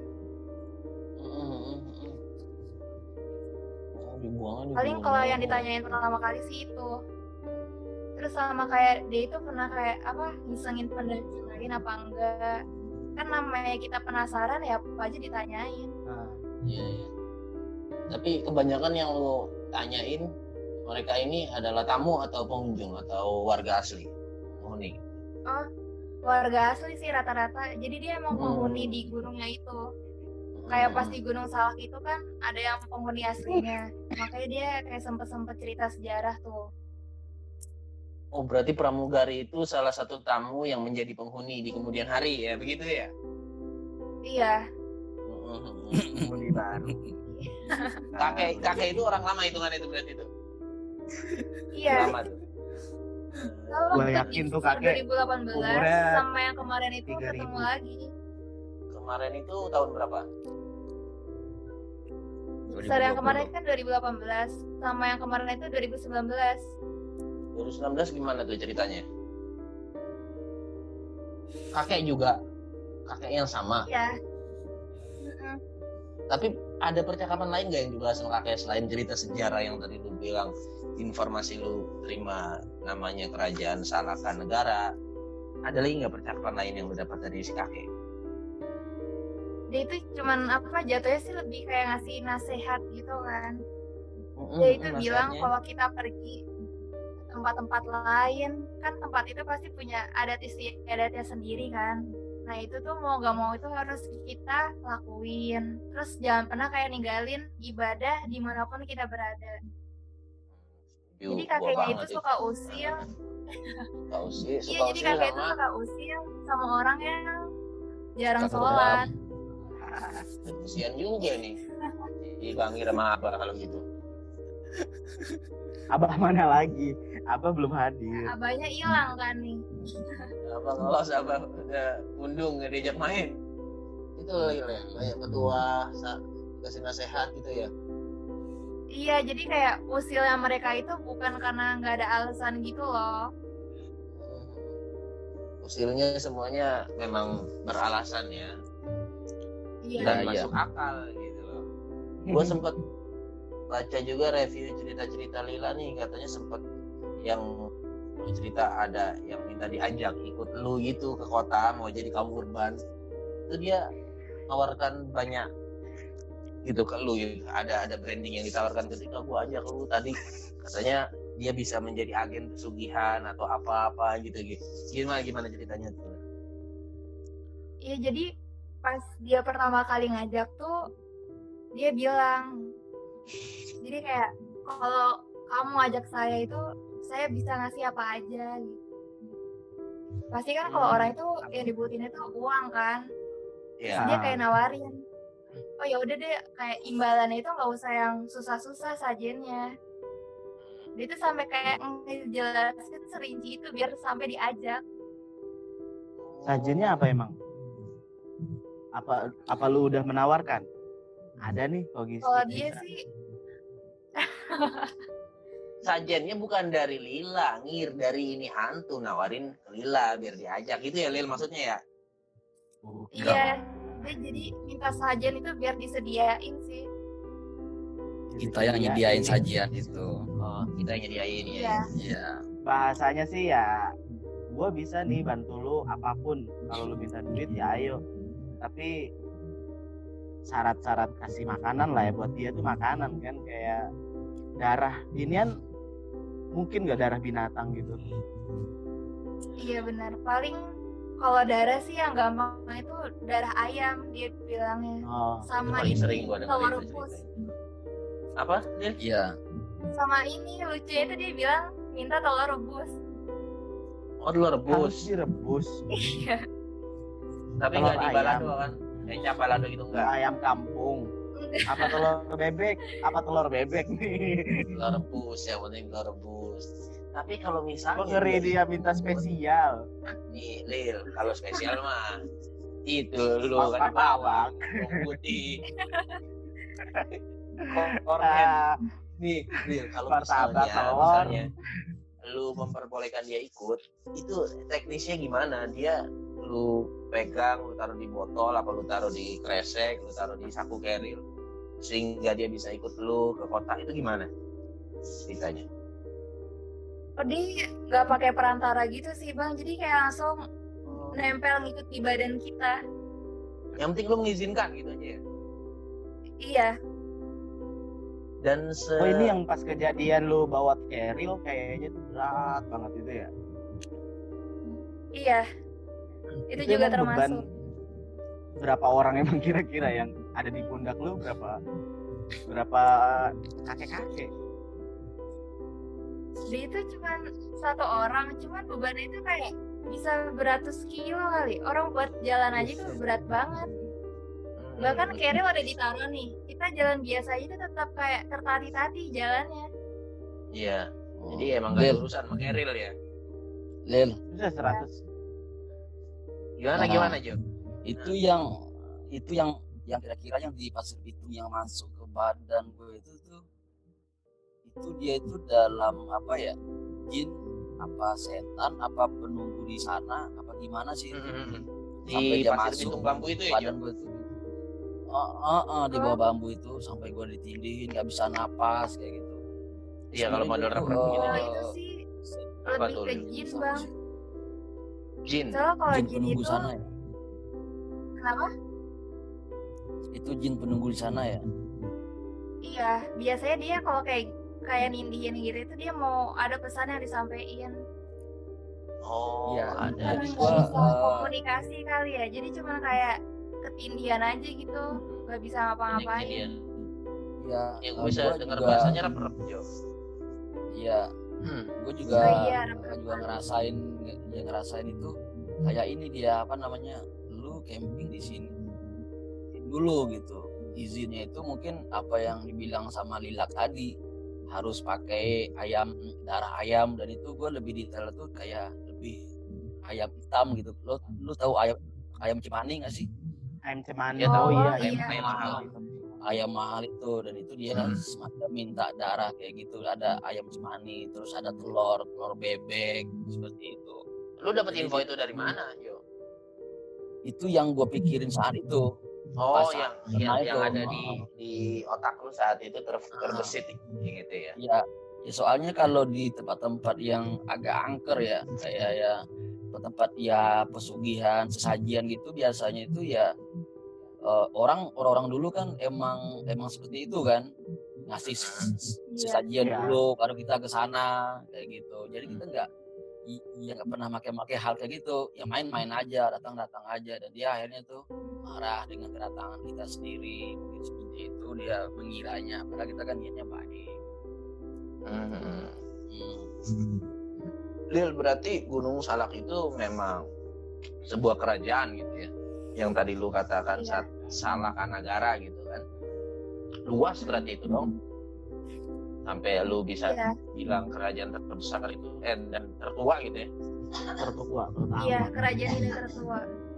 Paling kalau yang ditanyain pertama kali sih itu. Terus sama kayak dia itu pernah kayak apa ngisengin pendaki lain apa enggak? Kan namanya kita penasaran ya apa aja ditanyain. Iya. Tapi kebanyakan yang lo tanyain mereka ini adalah tamu atau pengunjung atau warga asli? Penghuni. Oh, warga asli sih rata-rata. Jadi dia emang penghuni di gunungnya itu. Kayak pas di Gunung Salak itu kan ada yang penghuni aslinya. Makanya dia kayak sempet cerita sejarah tuh. Oh, berarti pramugari itu salah satu tamu yang menjadi penghuni di kemudian hari ya, begitu ya? Iya. Penghuni baru. Kakek itu orang lama hitungannya itu berarti itu. Iya. Lama tuh. Gua yakin tuh kakek 2018 umurnya sama yang kemarin itu 3.000. ketemu lagi. Kemarin itu tahun berapa? Setelah yang kemarin kan 2018 sama yang kemarin itu 2019. 2019 gimana tuh ceritanya? Kakek yang sama. Iya. Tapi ada percakapan lain gak yang dibahas sama kakek selain cerita sejarah yang tadi lu bilang, informasi lu terima namanya kerajaan Salakan Negara? Ada lagi nggak percakapan lain yang lu dapat dari si kakek? Dia itu cuman apa jatuhnya sih lebih kayak ngasih nasihat gitu kan. Dia itu bilang kalau kita pergi tempat-tempat lain kan tempat itu pasti punya adat istiadatnya sendiri kan. Nah itu tuh mau gak mau itu harus kita lakuin. Terus jangan pernah kayak ninggalin ibadah dimanapun kita berada. Jadi kakeknya itu suka usil. Iya jadi kakek itu suka usil sama orang yang jarang sholat. Kesian juga nih dipanggil sama Abah kalau gitu. Abah mana lagi? Abah belum hadir. Abahnya hilang kan nih. Abah ngelos, Abah udah undung gak diajak main. Itu ya banyak ketua kasih nasihat gitu ya. Iya jadi kayak usilnya mereka itu bukan karena nggak ada alasan gitu loh. Usilnya semuanya memang beralasan ya. Iya. Dan masuk akal gitu loh. Gue sempet baca juga review cerita-cerita Lila nih, katanya sempet yang cerita ada yang minta diajak ikut lu gitu ke kota mau jadi kaum urban. Itu dia tawarkan banyak gitu ke lu gitu. Ada branding yang ditawarkan ketika gua ajak lu tadi, katanya dia bisa menjadi agen pesugihan atau apa-apa gitu. Gimana ceritanya tuh? Iya jadi pas dia pertama kali ngajak tuh dia bilang, jadi kayak kalau kamu ngajak saya itu saya bisa ngasih apa aja gitu. Pasti kan kalau orang itu yang dibutuhin itu uang kan. Iya. Dia kayak nawarin, oh ya udah deh kayak imbalannya itu nggak usah yang susah-susah sajennya. Dia tuh sampai kayak ngejelasin serinci itu biar sampai diajak. Sajennya apa emang? Apa lu udah menawarkan? Ada nih logistik. Kalau dia sih Sajennya bukan dari Lila, dari ini hantu nawarin ke Lila biar diajak gitu ya Lil maksudnya ya? Iya, dia jadi minta sajen itu biar disediain sih. Kita yang nyediain sajian itu. Oh, kita yang nyediain ya. Iya. Iya. Bahasanya sih ya, gue bisa nih bantu lu apapun. Kalau lu minta duit ya ayo. Tapi syarat-syarat kasih makanan lah ya, buat dia tuh makanan kan, kayak darah inian mungkin gak darah binatang gitu. Iya benar. Paling kalau darah sih yang gampang itu darah ayam dia bilangnya. Oh, Sama paling ini sering gua dengerin telur itu rebus. Apa? Iya. Sama ini lucunya itu dia bilang minta telur rebus. Oh, telur rebus. harus direbus. Iya. Tapi Telur nggak di balado ayam. kan? Kayak balado gitu enggak? Ayam kampung. Apa telur bebek? Apa telur bebek nih? Telur rebus ya, penting telur rebus. Tapi kalau misalnya Kok ngeri dia minta spesial? nih Lil, kalau spesial mah itu lu Makan kan bawang bawang. putih. kornet. Nih, kalau martabak telur. misalnya lu memperbolehkan dia ikut, itu teknisnya gimana? Dia lu pegang, lu taruh di botol, apa lu taruh di kresek, lu taruh di saku keril, sehingga dia bisa ikut lu ke kota, itu gimana ceritanya? Oh, dia nggak pakai perantara gitu sih bang, jadi kayak langsung nempel ngikut di badan kita. Yang penting lu mengizinkan gitu aja ya. Iya. Dan Oh ini yang pas kejadian lu bawa keril kayaknya tuh berat banget itu ya. Iya. Itu juga emang termasuk. beban berapa orang emang kira-kira yang ada di pundak lu, berapa kakek-kakek? Dia itu cuma satu orang, cuman bebannya itu kayak bisa beratus kilo kali. Orang buat jalan aja itu berat banget. Bahkan keril udah ditaruh nih, kita jalan biasa aja itu tetap kayak tertati-tati jalannya. Iya. Jadi emang gak ada urusan sama keril ya. Lil, Bisa 100. Gimana Jo? itu yang kira-kira yang di pasir pitung yang masuk ke badan gue itu dia itu dalam apa ya, jin apa setan apa penunggu di sana apa gimana sih Di pasir pitung bambu itu ya Jo? badan gue tuh di bawah bambu itu sampai gue ditindihin nggak bisa napas kayak gitu. Iya, kalau model reprek gitu Kalau ya. itu sih Apa lebih tuh, ke Lil? jin bang. Jin. Soalnya kalau Jin jin penunggu itu sana ya. kenapa? Itu jin penunggu di sana ya. Iya, biasanya dia kalau kayak nindihin gitu itu dia mau ada pesan yang disampaikan. Oh, Iya, ada. jadi Nggak gua bisa komunikasi kali ya, jadi cuma kayak ketindihan aja gitu, nggak bisa ngapa-ngapain. Kejadian. Ya, Ya gue bisa gua dengar juga- bahasanya reprek Jo. Iya, gue juga Oh iya, ngerasain itu kayak ini dia apa namanya, lu camping di sini dulu gitu, izinnya itu mungkin apa yang dibilang sama Lila tadi harus pakai darah ayam, dan itu gue lebih detail tuh kayak lebih ayam hitam gitu. Lu tahu ayam cemani nggak sih? Ayam cemani. Ya tahu iya. ayam mahal. Ayam mahal itu, dan itu dia semacam minta darah kayak gitu. Ada ayam cemani, terus ada telur bebek seperti itu. Lu dapet info itu dari mana Jo? Itu yang gue pikirin saat itu. Oh, Pas yang itu. ada di otak lu saat itu terbesit gitu ya. Ya soalnya kalau di tempat-tempat yang agak angker ya, kayak ya tempat ya pesugihan sesajian gitu, biasanya itu ya orang dulu kan emang seperti itu kan, ngasih sesajian Iya. dulu baru kita ke sana kayak gitu. Jadi kita nggak pernah pakai hal kayak gitu, ya main-main aja, datang aja, dan dia akhirnya tuh marah dengan kedatangan kita sendiri, mungkin seperti itu dia mengiranya, padahal kita kan niatnya baik. Lil, berarti Gunung Salak itu memang sebuah kerajaan gitu ya, yang tadi lu katakan Iya. Salakanagara gitu kan, luas berarti itu dong, sampai lu bisa Iya. bilang kerajaan terbesar itu dan tertua gitu ya. Tertua pertama. Iya, kerajaan ini tertua.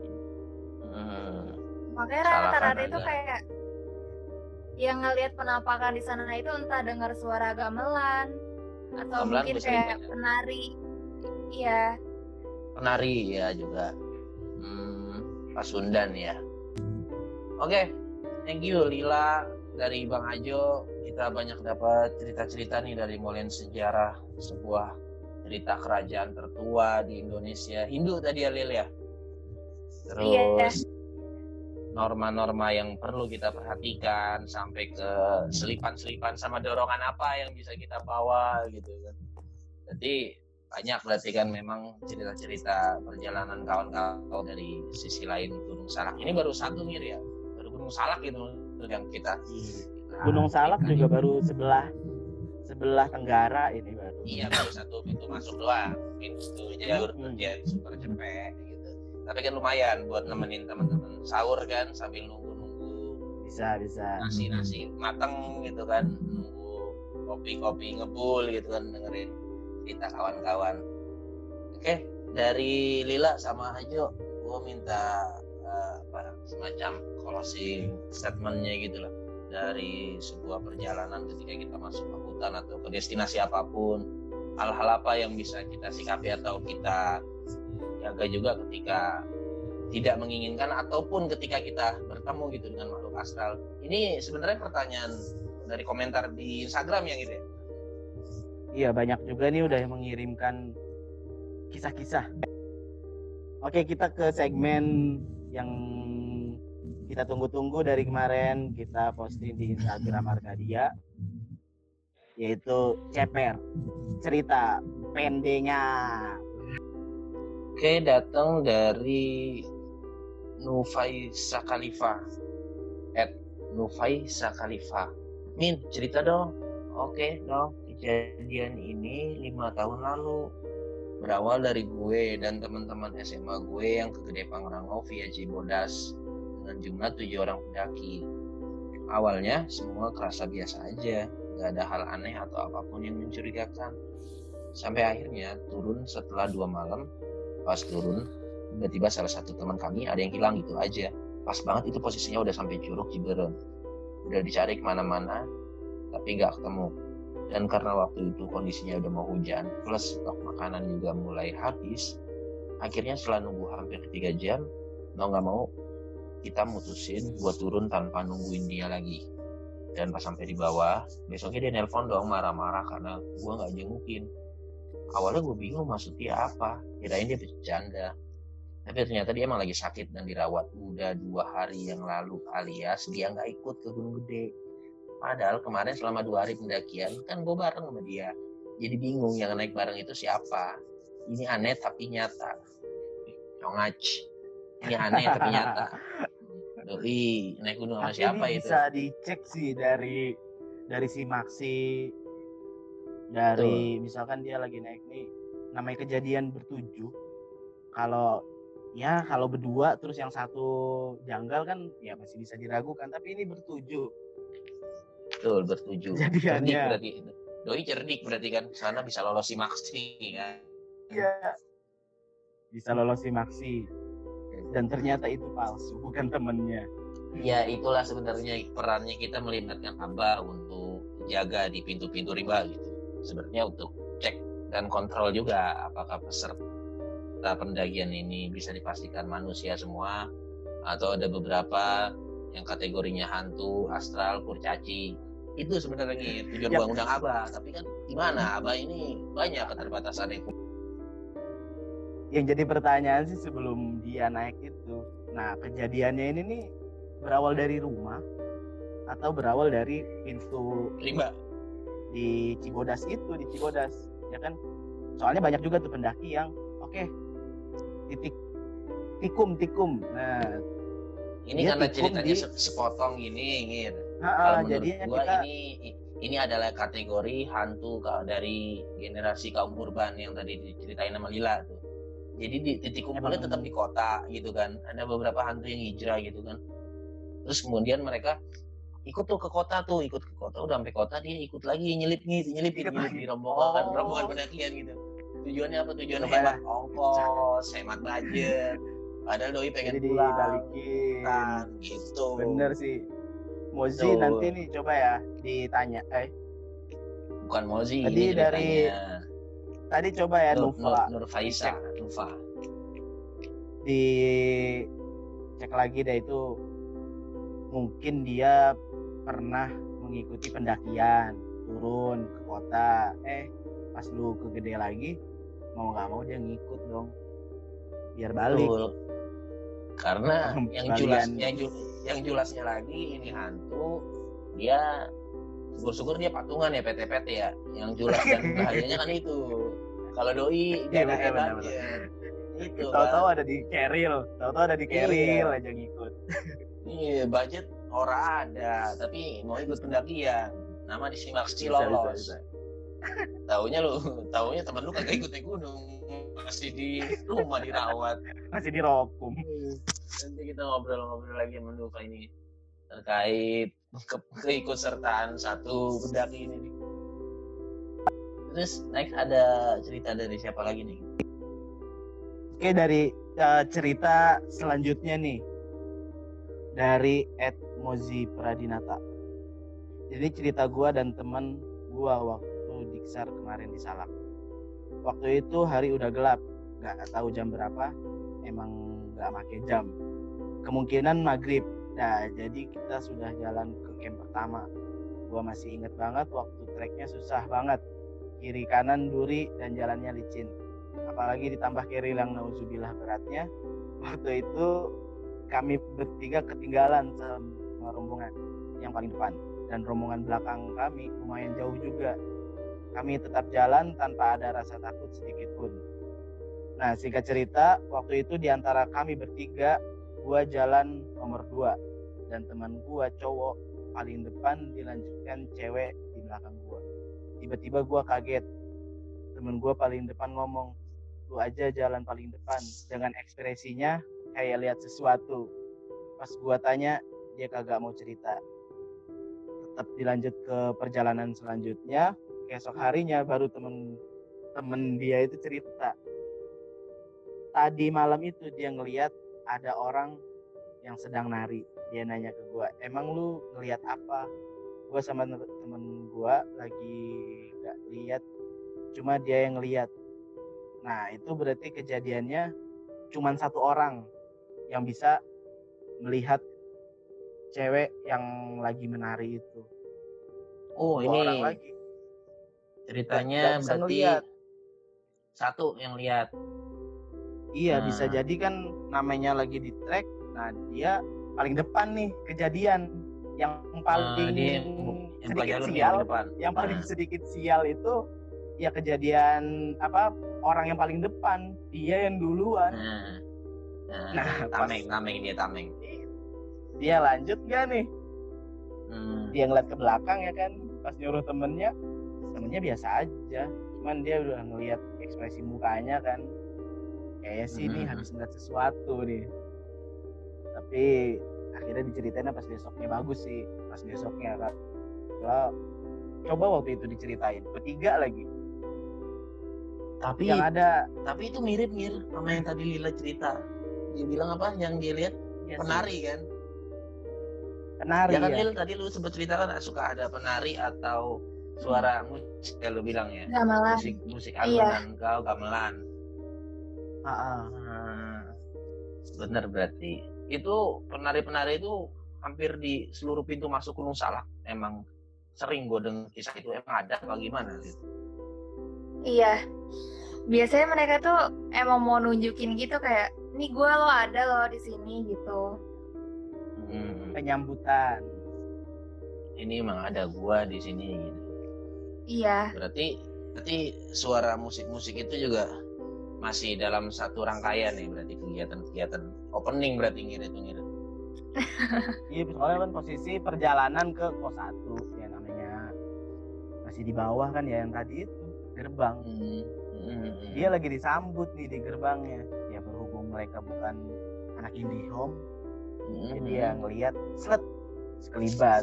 Makanya Salah rata-rata kan itu aja. kayak yang ngelihat penampakan di sana itu entah dengar suara gamelan atau Gamelan mungkin gue sering kayak banget. penari. Iya, Penari ya juga. Pasundan ya. Oke, thank you Lila, dari Bang Ajo. Kita banyak dapat cerita-cerita nih dari mulai sejarah sebuah cerita kerajaan tertua di Indonesia, Hindu tadi ya Lil ya. Terus Iya. norma-norma yang perlu kita perhatikan sampai ke selipan-selipan sama dorongan apa yang bisa kita bawa gitu kan. Jadi banyak berarti kan memang cerita-cerita perjalanan kawan-kawan dari sisi lain Gunung Salak. Ini baru satu nih ya, baru Gunung Salak gitu yang kita Gunung Salak juga baru sebelah tenggara ini baru. Iya, baru satu pintu masuk doang, pintu jalur ya super cepet gitu. Tapi kan lumayan buat nemenin teman-teman sahur kan sambil nunggu Bisa. nasi mateng gitu kan, nunggu kopi ngebul gitu kan, dengerin cerita kawan-kawan. Oke, dari Lila sama Ajo, gue minta semacam closing statementnya gitu loh. dari sebuah perjalanan ketika kita masuk ke hutan atau ke destinasi apapun, hal-hal apa yang bisa kita sikapi atau kita jaga juga ketika tidak menginginkan ataupun ketika kita bertemu gitu dengan makhluk astral. Ini sebenarnya pertanyaan dari komentar di Instagram yang gitu ya. Iya, banyak juga nih udah yang mengirimkan kisah-kisah. Oke, kita ke segmen yang kita tunggu-tunggu dari kemarin, kita posting di Instagram Arkadia, yaitu Ceper, cerita pendeknya. Oke, datang dari Nufaisa Khalifa @Nufaisa Khalifa. Min, cerita dong. Oke dong, kejadian ini 5 tahun lalu. Berawal dari gue dan teman-teman SMA gue yang ke Gede Pangrango via Cibodas dengan jumlah 7 orang pendaki. Awalnya semua kerasa biasa aja, gak ada hal aneh atau apapun yang mencurigakan. Sampai akhirnya turun setelah 2 malam. Pas turun, tiba-tiba salah satu teman kami ada yang hilang gitu aja. Pas banget itu posisinya udah sampai Curug Ciberem. Udah dicari kemana-mana, tapi gak ketemu. Dan karena waktu itu kondisinya udah mau hujan, plus stok makanan juga mulai habis, akhirnya setelah nunggu hampir 3 jam, mau gak mau kita mutusin buat turun tanpa nungguin dia lagi. Dan pas sampai di bawah, besoknya dia nelpon dong marah-marah karena gue gak jengukin. Awalnya gue bingung maksudnya apa, kirain dia bercanda. Tapi ternyata dia emang lagi sakit dan dirawat udah 2 hari yang lalu, alias dia gak ikut ke Gunung Gede. Padahal kemarin selama 2 hari pendakian kan gue bareng sama dia. Jadi bingung yang naik bareng itu siapa. Ini aneh tapi nyata. Nyongaj. Ini aneh tapi nyata. Doi, naik gunung sama siapa ini itu? Bisa dicek sih dari si Maxi, dari misalkan dia lagi naik nih, namanya kejadian bertujuh. Kalau berdua terus yang satu janggal kan ya masih bisa diragukan, tapi ini bertujuh. Betul, bertujuh. Kejadiannya. Cerdik berarti. Doi cerdik berarti kan, sana bisa lolos si Maxi kan. Iya. Bisa lolos si Maxi. Dan ternyata itu palsu, bukan temennya. Ya itulah sebenarnya perannya kita melibatkan Abah untuk jaga di pintu-pintu rimba gitu. Sebenarnya untuk cek dan kontrol juga apakah peserta pendakian ini bisa dipastikan manusia semua atau ada beberapa yang kategorinya hantu, astral, kurcaci. Itu sebenarnya tujuan gua undang Abah, tapi kan gimana Abah ini banyak keterbatasan yang jadi pertanyaan sih sebelum dia naik itu, nah kejadiannya ini nih berawal dari rumah atau berawal dari pintu rimba di Cibodas ya kan, soalnya banyak juga tuh pendaki yang tikum. Nah ini karena ceritanya sepotong gini ngir. Kalau menurut gua ini adalah kategori hantu dari generasi kaum urban yang tadi diceritain sama Lila tuh. Jadi di titik kumpulnya tetap di kota gitu kan. Ada beberapa hantu yang hijrah gitu kan. Terus kemudian mereka ikut ke kota, udah sampai kota dia ikut lagi nyelipin di rombongan pendakian gitu. Tujuannya apa? Tujuannya hemat ongkos, hemat budget. Padahal doi pengen pulang, dibalikin gitu. Bener sih. Mozi nanti nih coba ya ditanya. Bukan Mozi. Tadi tadi coba ya Nufaisa. Dicek lagi deh itu, mungkin dia pernah mengikuti pendakian turun ke kota, pas lu ke Gede lagi mau nggak mau dia ngikut dong biar balik. Karena yang jelasnya lagi ini hantu dia syukur-syukur dia patungan ya PT ya, yang jelas dan bahayanya kan itu. Kalau doi dia budget itu tahu-tahu ada di keril aja ngikut. Iya, budget ora ada tapi mau ikut pendakian, nama disimak si lolos. Taunya teman lu kagak ikut naik gunung, masih di rumah dirawat, masih di Rokum. Nanti kita ngobrol lagi sama Nufa ini terkait keikutsertaan satu pendaki ini. Terus next ada cerita dari siapa lagi nih? Oke, dari cerita selanjutnya nih dari @Mozi Pradinata. Jadi cerita gua dan teman gua waktu diksar kemarin di Salak. Waktu itu hari udah gelap, nggak tahu jam berapa, emang nggak pakai jam. Kemungkinan maghrib. Nah, jadi kita sudah jalan ke camp pertama. Gua masih inget banget waktu treknya susah banget. Kiri kanan duri dan jalannya licin. Apalagi ditambah keril yang nauzubillah beratnya. Waktu itu kami bertiga ketinggalan sama rombongan yang paling depan. Dan rombongan belakang kami lumayan jauh juga. Kami tetap jalan tanpa ada rasa takut sedikit pun. Nah, singkat cerita, waktu itu di antara kami bertiga, gua jalan nomor 2 dan teman gua cowok paling depan dilanjutkan cewek di belakang gua. Tiba-tiba gua kaget. Temen gua paling depan ngomong, "Lu aja jalan paling depan," dengan ekspresinya kayak lihat sesuatu. Pas gua tanya, dia kagak mau cerita. Tetap dilanjut ke perjalanan selanjutnya. Esok harinya baru temen dia itu cerita. Tadi malam itu dia ngelihat ada orang yang sedang nari. Dia nanya ke gue, "Emang lu ngelihat apa?" Gue sama temen gue lagi gak lihat, cuma dia yang ngelihat. Nah, itu berarti kejadiannya cuma satu orang yang bisa melihat cewek yang lagi menari itu. Oh, Dua ini orang lagi. ceritanya Nggak bisa berarti ngelihat. satu yang lihat. Iya, Nah. bisa jadi kan namanya lagi di trek. Nah, dia paling depan nih kejadian yang paling Dia yang sedikit jalur sial. yang depan. Yang paling sedikit sial itu ya kejadian orang yang paling depan, dia yang duluan. Nah, tameng dia. Dia lanjut gak nih? Dia ngeliat ke belakang ya kan, pas nyuruh temennya biasa aja, cuman dia udah ngeliat ekspresi mukanya kan, kayaknya sih nih habis ngeliat sesuatu nih. Tapi akhirnya diceritain pas besoknya bagus sih, pas besoknya kan. Coba waktu itu diceritain bertiga lagi. Tapi yang ada, tapi itu mirip sama yang tadi Lila cerita. Dia bilang apa? Yang dia lihat ya penari kan? Penari ya kan ya. Lil, tadi lu sempat cerita kan suka ada penari atau suara musik ya lu bilang ya. Gamelan. Musik alunan kau gamelan. Bener berarti. Itu penari-penari itu hampir di seluruh pintu masuk Gunung Salak. Emang sering gue dengar kisah itu, emang ada apa gimana gitu? Iya. Biasanya mereka tuh emang mau nunjukin gitu kayak, "Nih gue lo ada lo di sini," gitu. Penyambutan. Ini emang ada gua di sini gitu. Iya. Berarti suara musik-musik itu juga masih dalam satu rangkaian nih, berarti kegiatan opening berarti ngirit. Iya, soalnya kan posisi perjalanan ke pos 1 ya, namanya masih di bawah kan ya, yang tadi itu gerbang. Dia lagi disambut nih di gerbangnya. Ya berhubung mereka bukan anak IndiHome, jadi ya ngelihat sekelibat.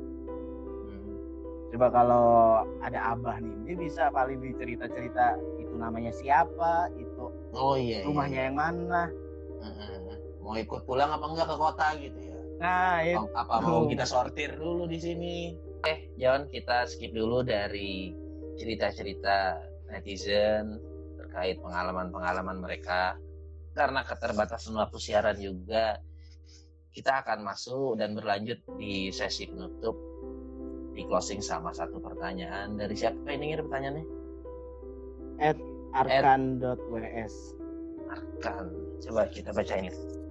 Coba kalau ada Abah nih, dia bisa paling cerita itu namanya siapa, itu rumahnya yang mana. Mau ikut pulang apa enggak ke kota gitu ya. Nah, itu. Apa mau kita sortir dulu di sini? Jangan kita skip dulu dari cerita-cerita netizen terkait pengalaman mereka. Karena keterbatasan waktu siaran juga, kita akan masuk dan berlanjut di sesi penutup, di closing sama satu pertanyaan. Dari siapa ini ngirim pertanyaannya? @arkan.ws. Arkan. Coba kita bacain.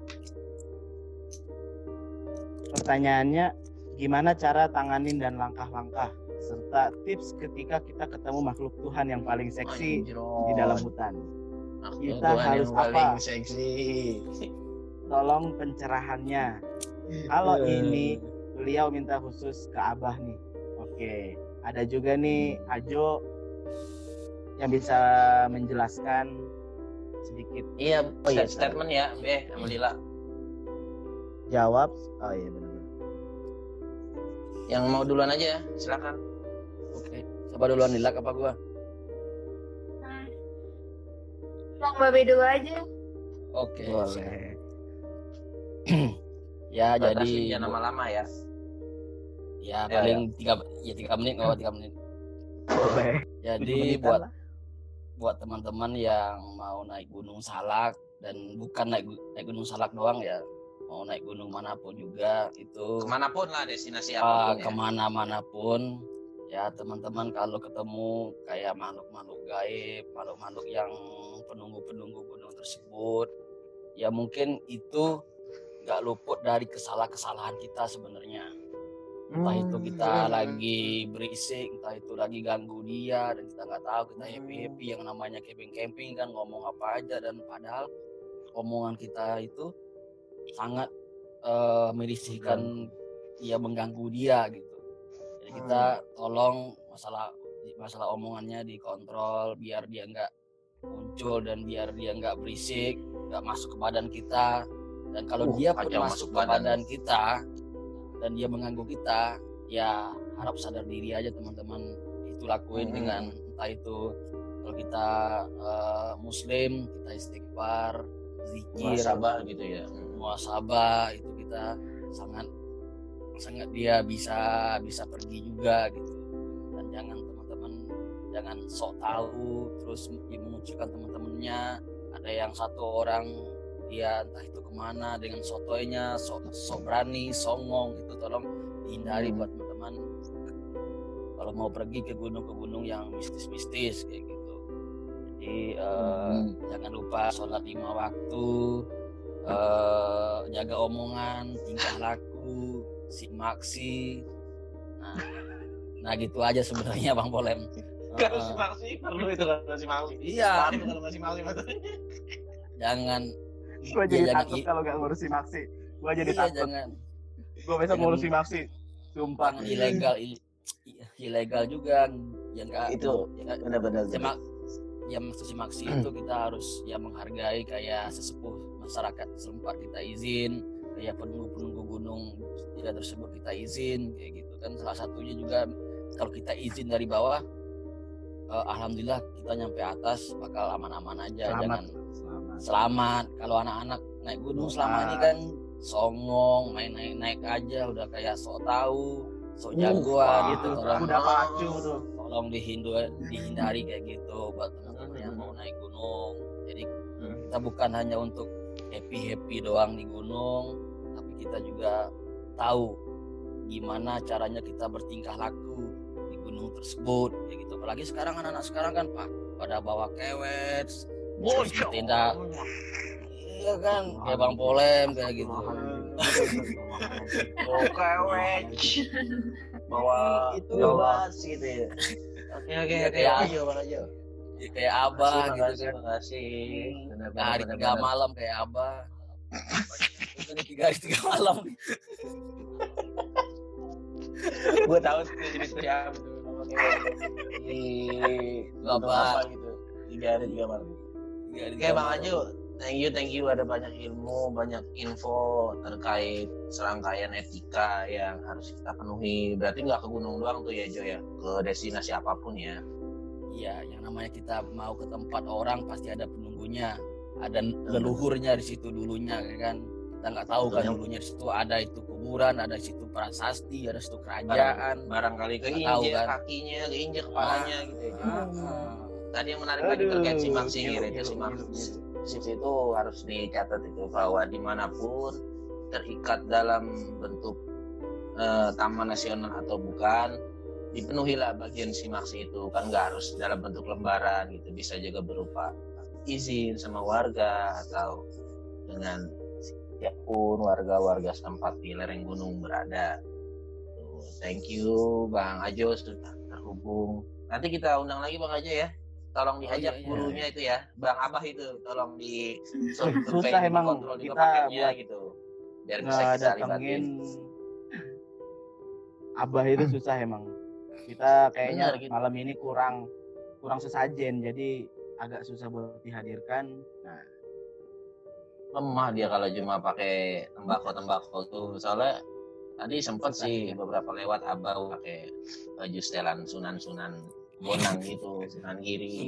Pertanyaannya, gimana cara tanganin dan langkah-langkah serta tips ketika kita ketemu makhluk Tuhan yang paling seksi di dalam hutan. Kita harus apa? Seksi. Tolong pencerahannya. Kalau ini beliau minta khusus ke Abah nih. Oke, ada juga nih Ajo yang bisa menjelaskan sedikit. Iya, statement ya, Alhamdulillah. Jawab. Oh iya benar. Yang mau duluan aja, silakan. Oke, coba duluan Lila apa gua? Bang Babe dulu aja. Oke. Boleh. Ya, Batasi jadi nama lama ya. Ya paling 3 menit nggak 3 menit. Boleh. Jadi buat teman-teman yang mau naik Gunung Salak dan bukan naik Gunung Salak doang ya, mau naik gunung manapun juga itu. Kemanapun lah destinasi apapun ya. Kemana-manapun ya teman-teman kalau ketemu kayak makhluk-makhluk gaib, makhluk-makhluk yang penunggu-penunggu gunung tersebut, ya mungkin itu nggak luput dari kesalahan kita sebenarnya. Entah itu kita lagi berisik, entah itu lagi ganggu dia dan kita nggak tahu, kita happy yang namanya camping kan ngomong apa aja, dan padahal omongan kita itu sangat merisihkan, ya mengganggu dia gitu. Jadi kita tolong masalah omongannya dikontrol biar dia nggak muncul dan biar dia nggak berisik, nggak masuk ke badan kita. Dan kalau dia pun masuk ke badan kita dan dia mengganggu kita, ya harap sadar diri aja teman-teman. Itu lakuin dengan entah itu kalau kita muslim, kita istighfar, zikir, muhasabah gitu ya. Muhasabah itu kita sangat dia bisa pergi juga gitu. Dan jangan teman-teman jangan sok tahu terus memunculkan teman-temannya. Ada yang satu orang dia entah itu kemana dengan sotoynya, sok berani, songong, itu tolong dihindari buat teman-teman kalau mau pergi ke gunung yang mistis-mistis kayak gitu. Jadi jangan lupa sholat 5 waktu, jaga omongan, tingkah laku, simaksi. Nah gitu aja sebenarnya Bang Polem. Kalau simaksi perlu itu kalau simaksi. Iya. Kalau nggak simaksi Jangan. Gue jadi takut kalau nggak ngurus simaksi. Gue jadi takut. Gue besok ngurus simaksi. Sumpah. Ilegal juga. Ya nggak. Itu benar-benar. Ya maksud simaksi itu kita harus ya menghargai kayak sesepuh masyarakat setempat kita izin, kayak penunggu gunung tidak tersebut kita izin kayak gitu kan. Salah satunya juga kalau kita izin dari bawah, alhamdulillah kita nyampe atas bakal aman-aman aja. Selamat. Kalau anak-anak naik gunung selama ini kan songong, main naik aja udah kayak sok tahu, sok jagoan gitu. Udah pacu tuh. Tolong dihindari kayak gitu buat teman-teman yang mau naik gunung. Jadi kita bukan hanya untuk happy doang di gunung, tapi kita juga tahu gimana caranya kita bertingkah laku di gunung tersebut kayak gitu. Apalagi sekarang anak-anak sekarang kan pada bawa kewet, tindak, iya kan, kayak Bang Polem kayak gitu. Kewet, bawa itu bahas gitu ya. Oke, ayo. Kayak Abah gitu kan. Terima kasih. Hari 3 malam kayak Abah. Itu 3 hari 3 malam. Gue tahu jenis siapa tuh. Apa gitu. 3 hari 3 malam. Oke Bang Aju, thank you ada banyak ilmu, banyak info terkait serangkaian etika yang harus kita penuhi. Berarti nggak ke gunung doang tuh ya Jo ya, ke destinasi apapun ya. Iya, yang namanya kita mau ke tempat orang pasti ada penunggunya, ada leluhurnya di situ dulunya kan. Kita nggak tahu kan dulunya di situ ada itu kuburan, ada di situ prasasti, ada di situ kerajaan. Barangkali keinjek kan kakinya, keinjek kepalanya gitu ya. Tadi yang menarik lagi terkait simaksi itu simaksi itu harus dicatat itu bahwa dimanapun terikat dalam bentuk taman nasional atau bukan, dipenuhilah bagian simaksi itu kan, nggak harus dalam bentuk lembaran gitu, bisa juga berupa izin sama warga atau dengan siapapun warga setempat di lereng gunung berada. Thank you Bang Ajo sudah terhubung. Nanti kita undang lagi Bang Ajo ya. Tolong diajak gurunya itu ya, Bang Abah itu tolong di susah emang kita buat gitu. Biar bisa kita datengin Abah itu susah emang. Kita kayaknya gitu. Malam ini kurang sesajen, jadi agak susah buat dihadirkan. Nah, lemah dia kalau cuma pakai tembakau tuh. Soalnya tadi sempat sih beberapa lewat Abah pakai baju setelan Sunan Bonang gitu, Sunan Giri.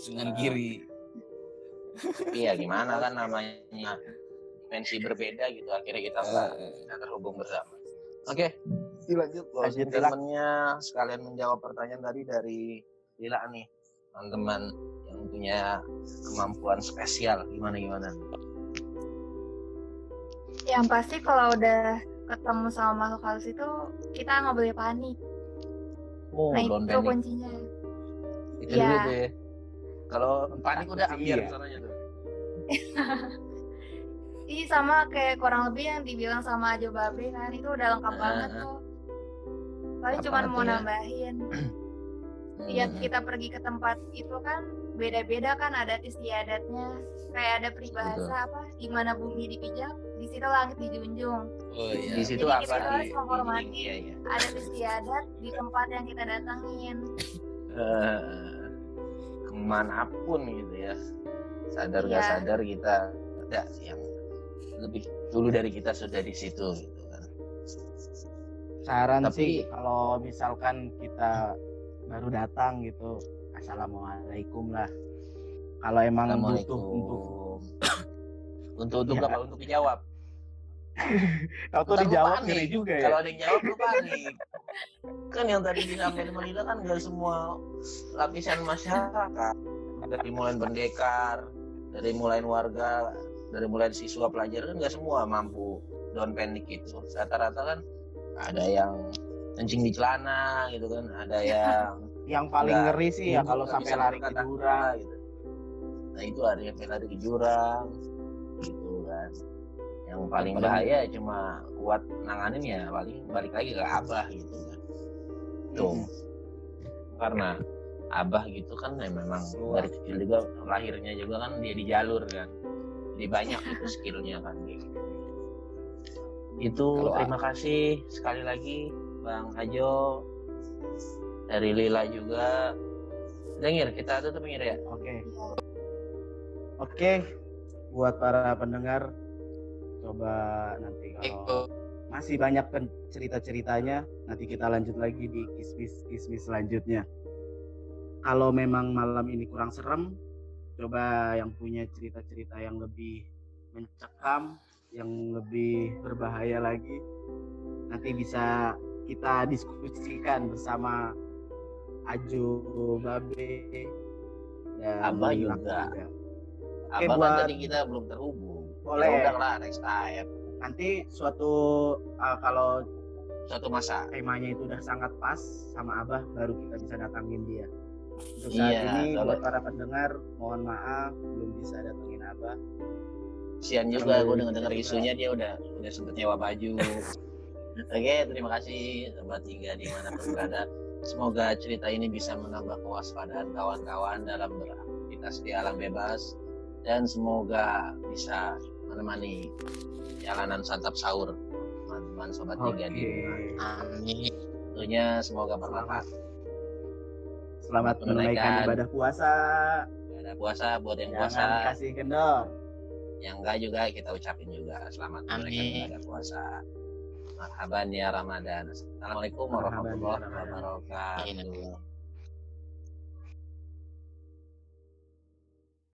Iya gimana kan namanya dimensi berbeda gitu, akhirnya kita terhubung bersama. Oke, Lanjut. Closing statement-nya sekalian menjawab pertanyaan tadi dari Lila nih, teman-teman yang punya kemampuan spesial gimana? Yang pasti kalau udah ketemu sama makhluk halus itu kita nggak boleh panik. Nah Don't itu panic. kuncinya. Itu Iya. dulu tuh ya. Kalau panik udah ambiar Iya. caranya tuh. Ih sama kayak kurang lebih yang dibilang sama Ajo Babe kan, itu udah lengkap banget tuh. Paling Apa cuma mau tuh ya? nambahin. Tiap kita pergi ke tempat itu kan beda-beda kan adat istiadatnya. Kayak ada peribahasa Betul. apa, di mana bumi dipijak, di situ langit dijunjung. Oh Di iya. situ Jadi apa kita harus sih? menghormati Iya. adat istiadat di tempat yang kita datangin. Kemanapun gitu ya, sadar gak Iya. sadar kita ada yang lebih dulu dari kita sudah di situ gitu kan. Saran Tapi- sih kalau misalkan kita baru datang gitu, assalamualaikum lah. Kalau emang butuh untuk Ya. apa? Untuk dijawab. Kalau Ntar lu dijawab panik. ngeri juga ya. Kalau ada yang jawab lu panik. Kan yang tadi disampaikan Manila kan nggak semua lapisan masyarakat, dari mulai pendekar, dari mulai warga, dari mulai siswa pelajar kan nggak semua mampu don't panic itu. Rata-rata kan ada yang kencing di celana gitu kan, ada yang Yang paling nggak- ngeri sih ya kalau nggak sampai bisa lari ke berkata-kata jurang. gitu. Nah itu ada yang lari ke jurang gitu kan. Yang paling Paling- bahaya cuma kuat nanganin ya paling balik lagi ke abah gitu kan. Tuh. Karena abah gitu kan ya memang dari kecil juga lahirnya juga kan dia di jalur kan. Jadi banyak itu skillnya kan gitu. Itu Kalau- terima kasih sekali lagi Bang Ajo, dari Lila juga. Dengar kita tutup ya. Oke, buat para pendengar, coba nanti kalau masih banyak cerita-ceritanya, nanti kita lanjut lagi di kismis selanjutnya. Kalau memang malam ini kurang serem, coba yang punya cerita-cerita yang lebih mencekam, yang lebih berbahaya lagi, nanti bisa kita diskusikan bersama Ajo, Babe, dan Abah Lila juga. Oke, Abang buat- kan tadi kita belum terhubung. Boleh. Ya udah lah next time. Nanti suatu kalau Suatu masa. temanya itu udah sangat pas sama Abah, baru kita bisa datangin dia. Untuk saat Iya, ini kalau- buat para pendengar, mohon maaf belum bisa datangin Abah. Sian juga gue denger isunya dia udah sempet nyewa baju. Oke, terima kasih sobat tiga dimanapun berada. Semoga cerita ini bisa menambah kewaspadaan kawan-kawan dalam beraktivitas di alam bebas, dan semoga bisa menemani jalanan santap sahur teman-teman sobat tiga di rumah. Amin. Tentunya semoga bermanfaat. Selamat menunaikan ibadah puasa. Ada puasa buat yang Jangan puasa, kasih kendor. yang enggak juga kita ucapin juga selamat menunaikan Amin. ibadah puasa. Marhaban ya Ramadan. Assalamualaikum Marhaban ya warahmatullahi Ramadan. wabarakatuh.